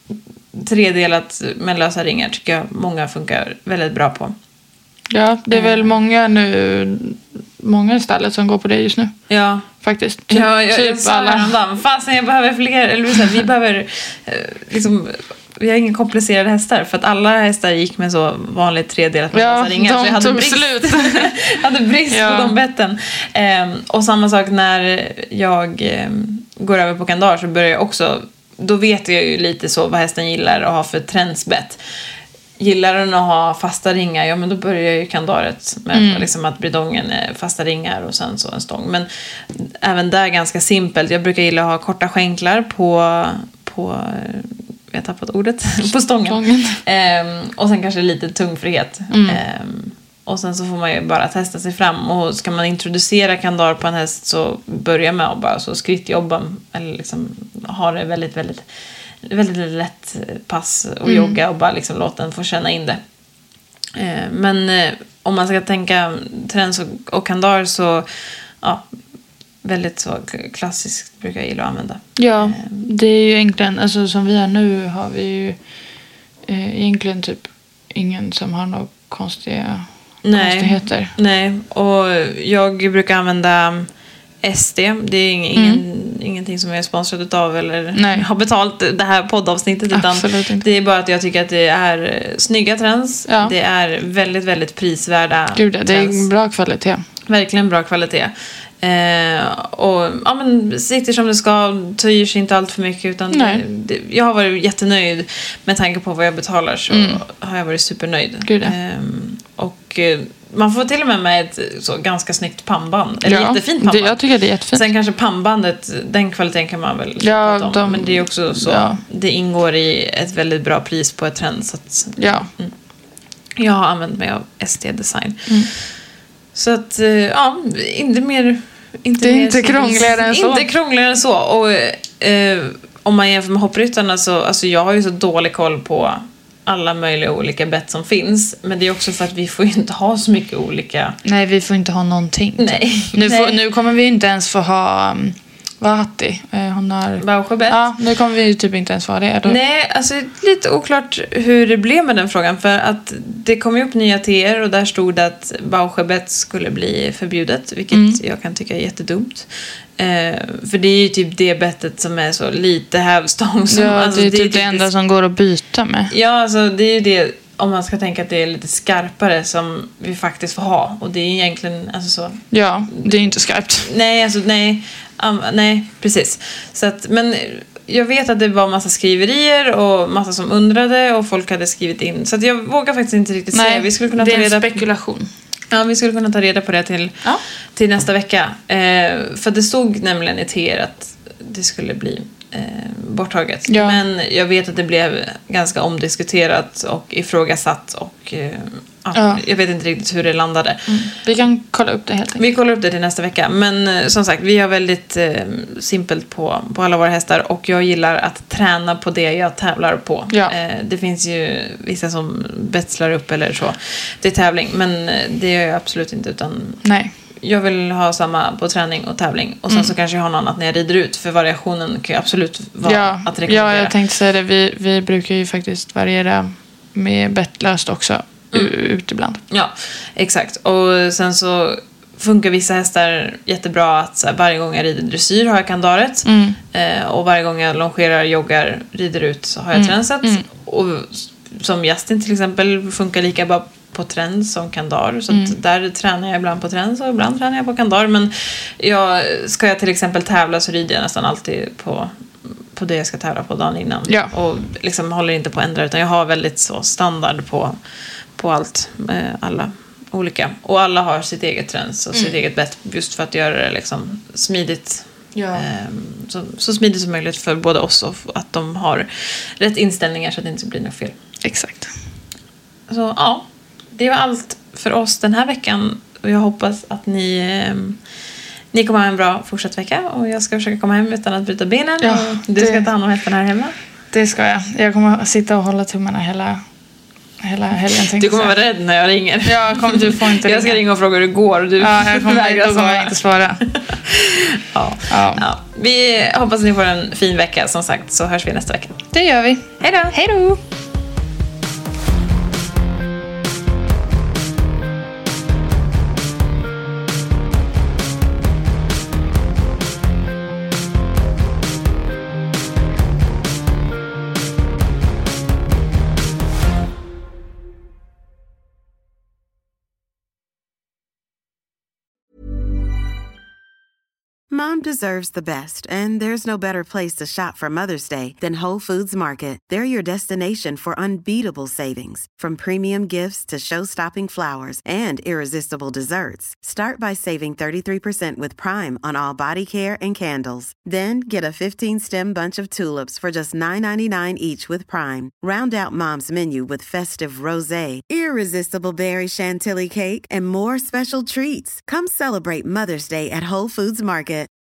Speaker 4: tredelat med lösa ringar tycker jag många funkar väldigt bra på.
Speaker 5: Ja, det är väl mm. många nu... Många i stallet som går på det just nu.
Speaker 4: Ja.
Speaker 5: Faktiskt.
Speaker 4: Typ, ja, jag, typ jag sa alla. Häromdagen. Fastän jag behöver fler... Eller så här, vi behöver eh, liksom... Vi har inga komplicerade hästar. För att alla hästar gick med så vanligt tredelat med
Speaker 5: ja,
Speaker 4: ringar.
Speaker 5: Så jag hade brist,
Speaker 4: slut. hade brist ja. på de betten. Ehm, och samma sak när jag ehm, går över på kandar så börjar jag också... Då vet jag ju lite så vad hästen gillar att ha för trendsbett. Gillar den att ha fasta ringar, ja men då börjar ju kandaret med mm. liksom att bridongen är fasta ringar och sen så en stång. Men även där ganska simpelt. Jag brukar gilla att ha korta skänklar på... på jag har tappat ordet, på stången. stången. Ehm, och sen kanske lite tungfrihet. Mm. Ehm, och sen så får man ju bara testa sig fram. Och ska man introducera kandar på en häst så börja med att bara så skrittjobba. Eller liksom ha det väldigt, väldigt, väldigt, väldigt lätt pass och mm. jogga och bara liksom låta den få känna in det. Ehm, men eh, om man ska tänka träns och, och kandar så ja, väldigt så klassiskt brukar jag gilla att använda.
Speaker 5: Ja, det är ju egentligen, alltså som vi är nu har vi ju eh, egentligen typ ingen som har några konstiga
Speaker 4: nej,
Speaker 5: konstigheter.
Speaker 4: Nej, och jag brukar använda S D. Det är ingen, mm. ingenting som jag är sponsrad av eller Nej. har betalt det här poddavsnittet. Utan det är bara att jag tycker att det är snygga trends. Ja. Det är väldigt, väldigt prisvärda
Speaker 5: Gud, det trends. är bra kvalitet.
Speaker 4: Verkligen bra kvalitet. Eh, och ja, men sitter som det ska, töjer sig inte allt för mycket utan det, det, jag har varit jättenöjd med tanke på vad jag betalar så mm. har jag varit supernöjd. Eh, och eh, man får till och med med ett så ganska snyggt pannband. Eller ja, jättefint pannband.
Speaker 5: Det, jag tycker det är jättefint.
Speaker 4: Sen kanske pannbandet, den kvaliteten kan man väl
Speaker 5: ja,
Speaker 4: prata om.
Speaker 5: De,
Speaker 4: men det är också så, ja. det ingår i ett väldigt bra pris på ett trend. Så att,
Speaker 5: ja.
Speaker 4: Mm. Jag har använt mig av S D-design.
Speaker 5: Mm.
Speaker 4: Så att, ja, inte mer... Inte
Speaker 5: det är inte krångligare än så.
Speaker 4: Inte krångligare än så. Och eh, om man jämför med hoppryttarna så, alltså jag har ju så dålig koll på alla möjliga olika bett som finns. Men det är också för att vi får ju inte ha så mycket olika...
Speaker 5: Nej, vi får inte ha någonting.
Speaker 4: Nej.
Speaker 5: Nu,
Speaker 4: Nej.
Speaker 5: Får, nu kommer vi inte ens få ha... Um, vad har Hatti? Hon har...
Speaker 4: Bauschebett.
Speaker 5: Ja, nu kommer vi ju typ inte ens få det. Då...
Speaker 4: Nej, alltså lite oklart hur det blev med den frågan. För att det kom ju upp nya teer och där stod det att Bauschebett skulle bli förbjudet. Vilket mm. jag kan tycka är jättedumt. Eh, för det är ju typ det bettet som är så lite hävstång. Som,
Speaker 5: ja,
Speaker 4: alltså,
Speaker 5: det är
Speaker 4: det
Speaker 5: typ
Speaker 4: är
Speaker 5: det enda som går att byta med.
Speaker 4: Ja, alltså det är ju det... Om man ska tänka att det är lite skarpare som vi faktiskt får ha. Och det är egentligen alltså så...
Speaker 5: Ja, det är inte skarpt.
Speaker 4: Nej, alltså nej. Um, nej, precis. Så att, men jag vet att det var massa skriverier och massa som undrade och folk hade skrivit in. Så att jag vågar faktiskt inte riktigt
Speaker 5: nej,
Speaker 4: säga. Vi skulle kunna
Speaker 5: det
Speaker 4: ta
Speaker 5: är
Speaker 4: reda
Speaker 5: en spekulation.
Speaker 4: På, ja, vi skulle kunna ta reda på det till, ja. till nästa vecka. Eh, för det stod nämligen i T R att det skulle bli... Eh, borttaget. Ja. Men jag vet att det blev ganska omdiskuterat och ifrågasatt och eh, ja, ja. jag vet inte riktigt hur det landade.
Speaker 5: Mm. Vi kan kolla upp det helt enkelt.
Speaker 4: Vi kollar upp det till nästa vecka. Men eh, som sagt, vi har väldigt eh, simpelt på, på alla våra hästar och jag gillar att träna på det jag tävlar på.
Speaker 5: Ja.
Speaker 4: Eh, det finns ju vissa som betslar upp eller så. Det är tävling, men det gör jag absolut inte utan...
Speaker 5: Nej.
Speaker 4: Jag vill ha samma på träning och tävling. Och sen mm. så kanske jag har något annat när jag rider ut. För variationen kan ju absolut vara
Speaker 5: ja,
Speaker 4: att rekommendera.
Speaker 5: Ja, jag tänkte säga det. Vi, vi brukar ju faktiskt variera med bettlöst också. Mm. Ut ibland.
Speaker 4: Ja, exakt. Och sen så funkar vissa hästar jättebra att så här, varje gång jag rider dressyr har jag kandaret.
Speaker 5: Mm.
Speaker 4: Eh, och varje gång jag longerar, joggar, rider ut så har jag mm. tränset. Mm. Och som Justin till exempel funkar lika bra på trend som kandar. Så mm. att där tränar jag ibland på trend och ibland tränar jag på kandar. Men jag, ska jag till exempel tävla så rider jag nästan alltid på, på det jag ska tävla på dagen innan.
Speaker 5: Ja.
Speaker 4: Och liksom håller inte på att ändra utan jag har väldigt så standard på, på allt. Eh, alla olika. Och alla har sitt eget trend och mm. sitt eget bett just för att göra det liksom smidigt.
Speaker 5: Ja.
Speaker 4: Eh, så, så smidigt som möjligt för både oss och att de har rätt inställningar så att det inte blir något fel.
Speaker 5: Exakt.
Speaker 4: Så ja. Det var allt för oss den här veckan och jag hoppas att ni, eh, ni kommer ha en bra fortsatt vecka och jag ska försöka komma hem utan att bryta benen
Speaker 5: ja,
Speaker 4: och du
Speaker 5: det,
Speaker 4: ska ta hand om hästen här hemma.
Speaker 5: Det ska jag. Jag kommer att sitta och hålla tummarna hela, hela helgen.
Speaker 4: Du kommer vara rädd när jag ringer.
Speaker 5: Ja, kommer, du får inte
Speaker 4: jag ska ringa och fråga hur det går och du
Speaker 5: ja, jag kommer, vägrar svara. Kommer jag inte svara.
Speaker 4: ja. Ja. Ja. Vi hoppas att ni får en fin vecka som sagt så hörs vi nästa vecka.
Speaker 5: Det gör vi.
Speaker 4: Hej då!
Speaker 5: Hej då!
Speaker 9: Mom deserves the best, and there's no better place to shop for Mother's Day than Whole Foods Market. They're your destination for unbeatable savings, from premium gifts to show-stopping flowers and irresistible desserts. Start by saving thirty-three percent with Prime on all body care and candles. Then get a fifteen-stem bunch of tulips for just nine ninety-nine each with Prime. Round out Mom's menu with festive rosé, irresistible berry chantilly cake, and more special treats. Come celebrate Mother's Day at Whole Foods Market.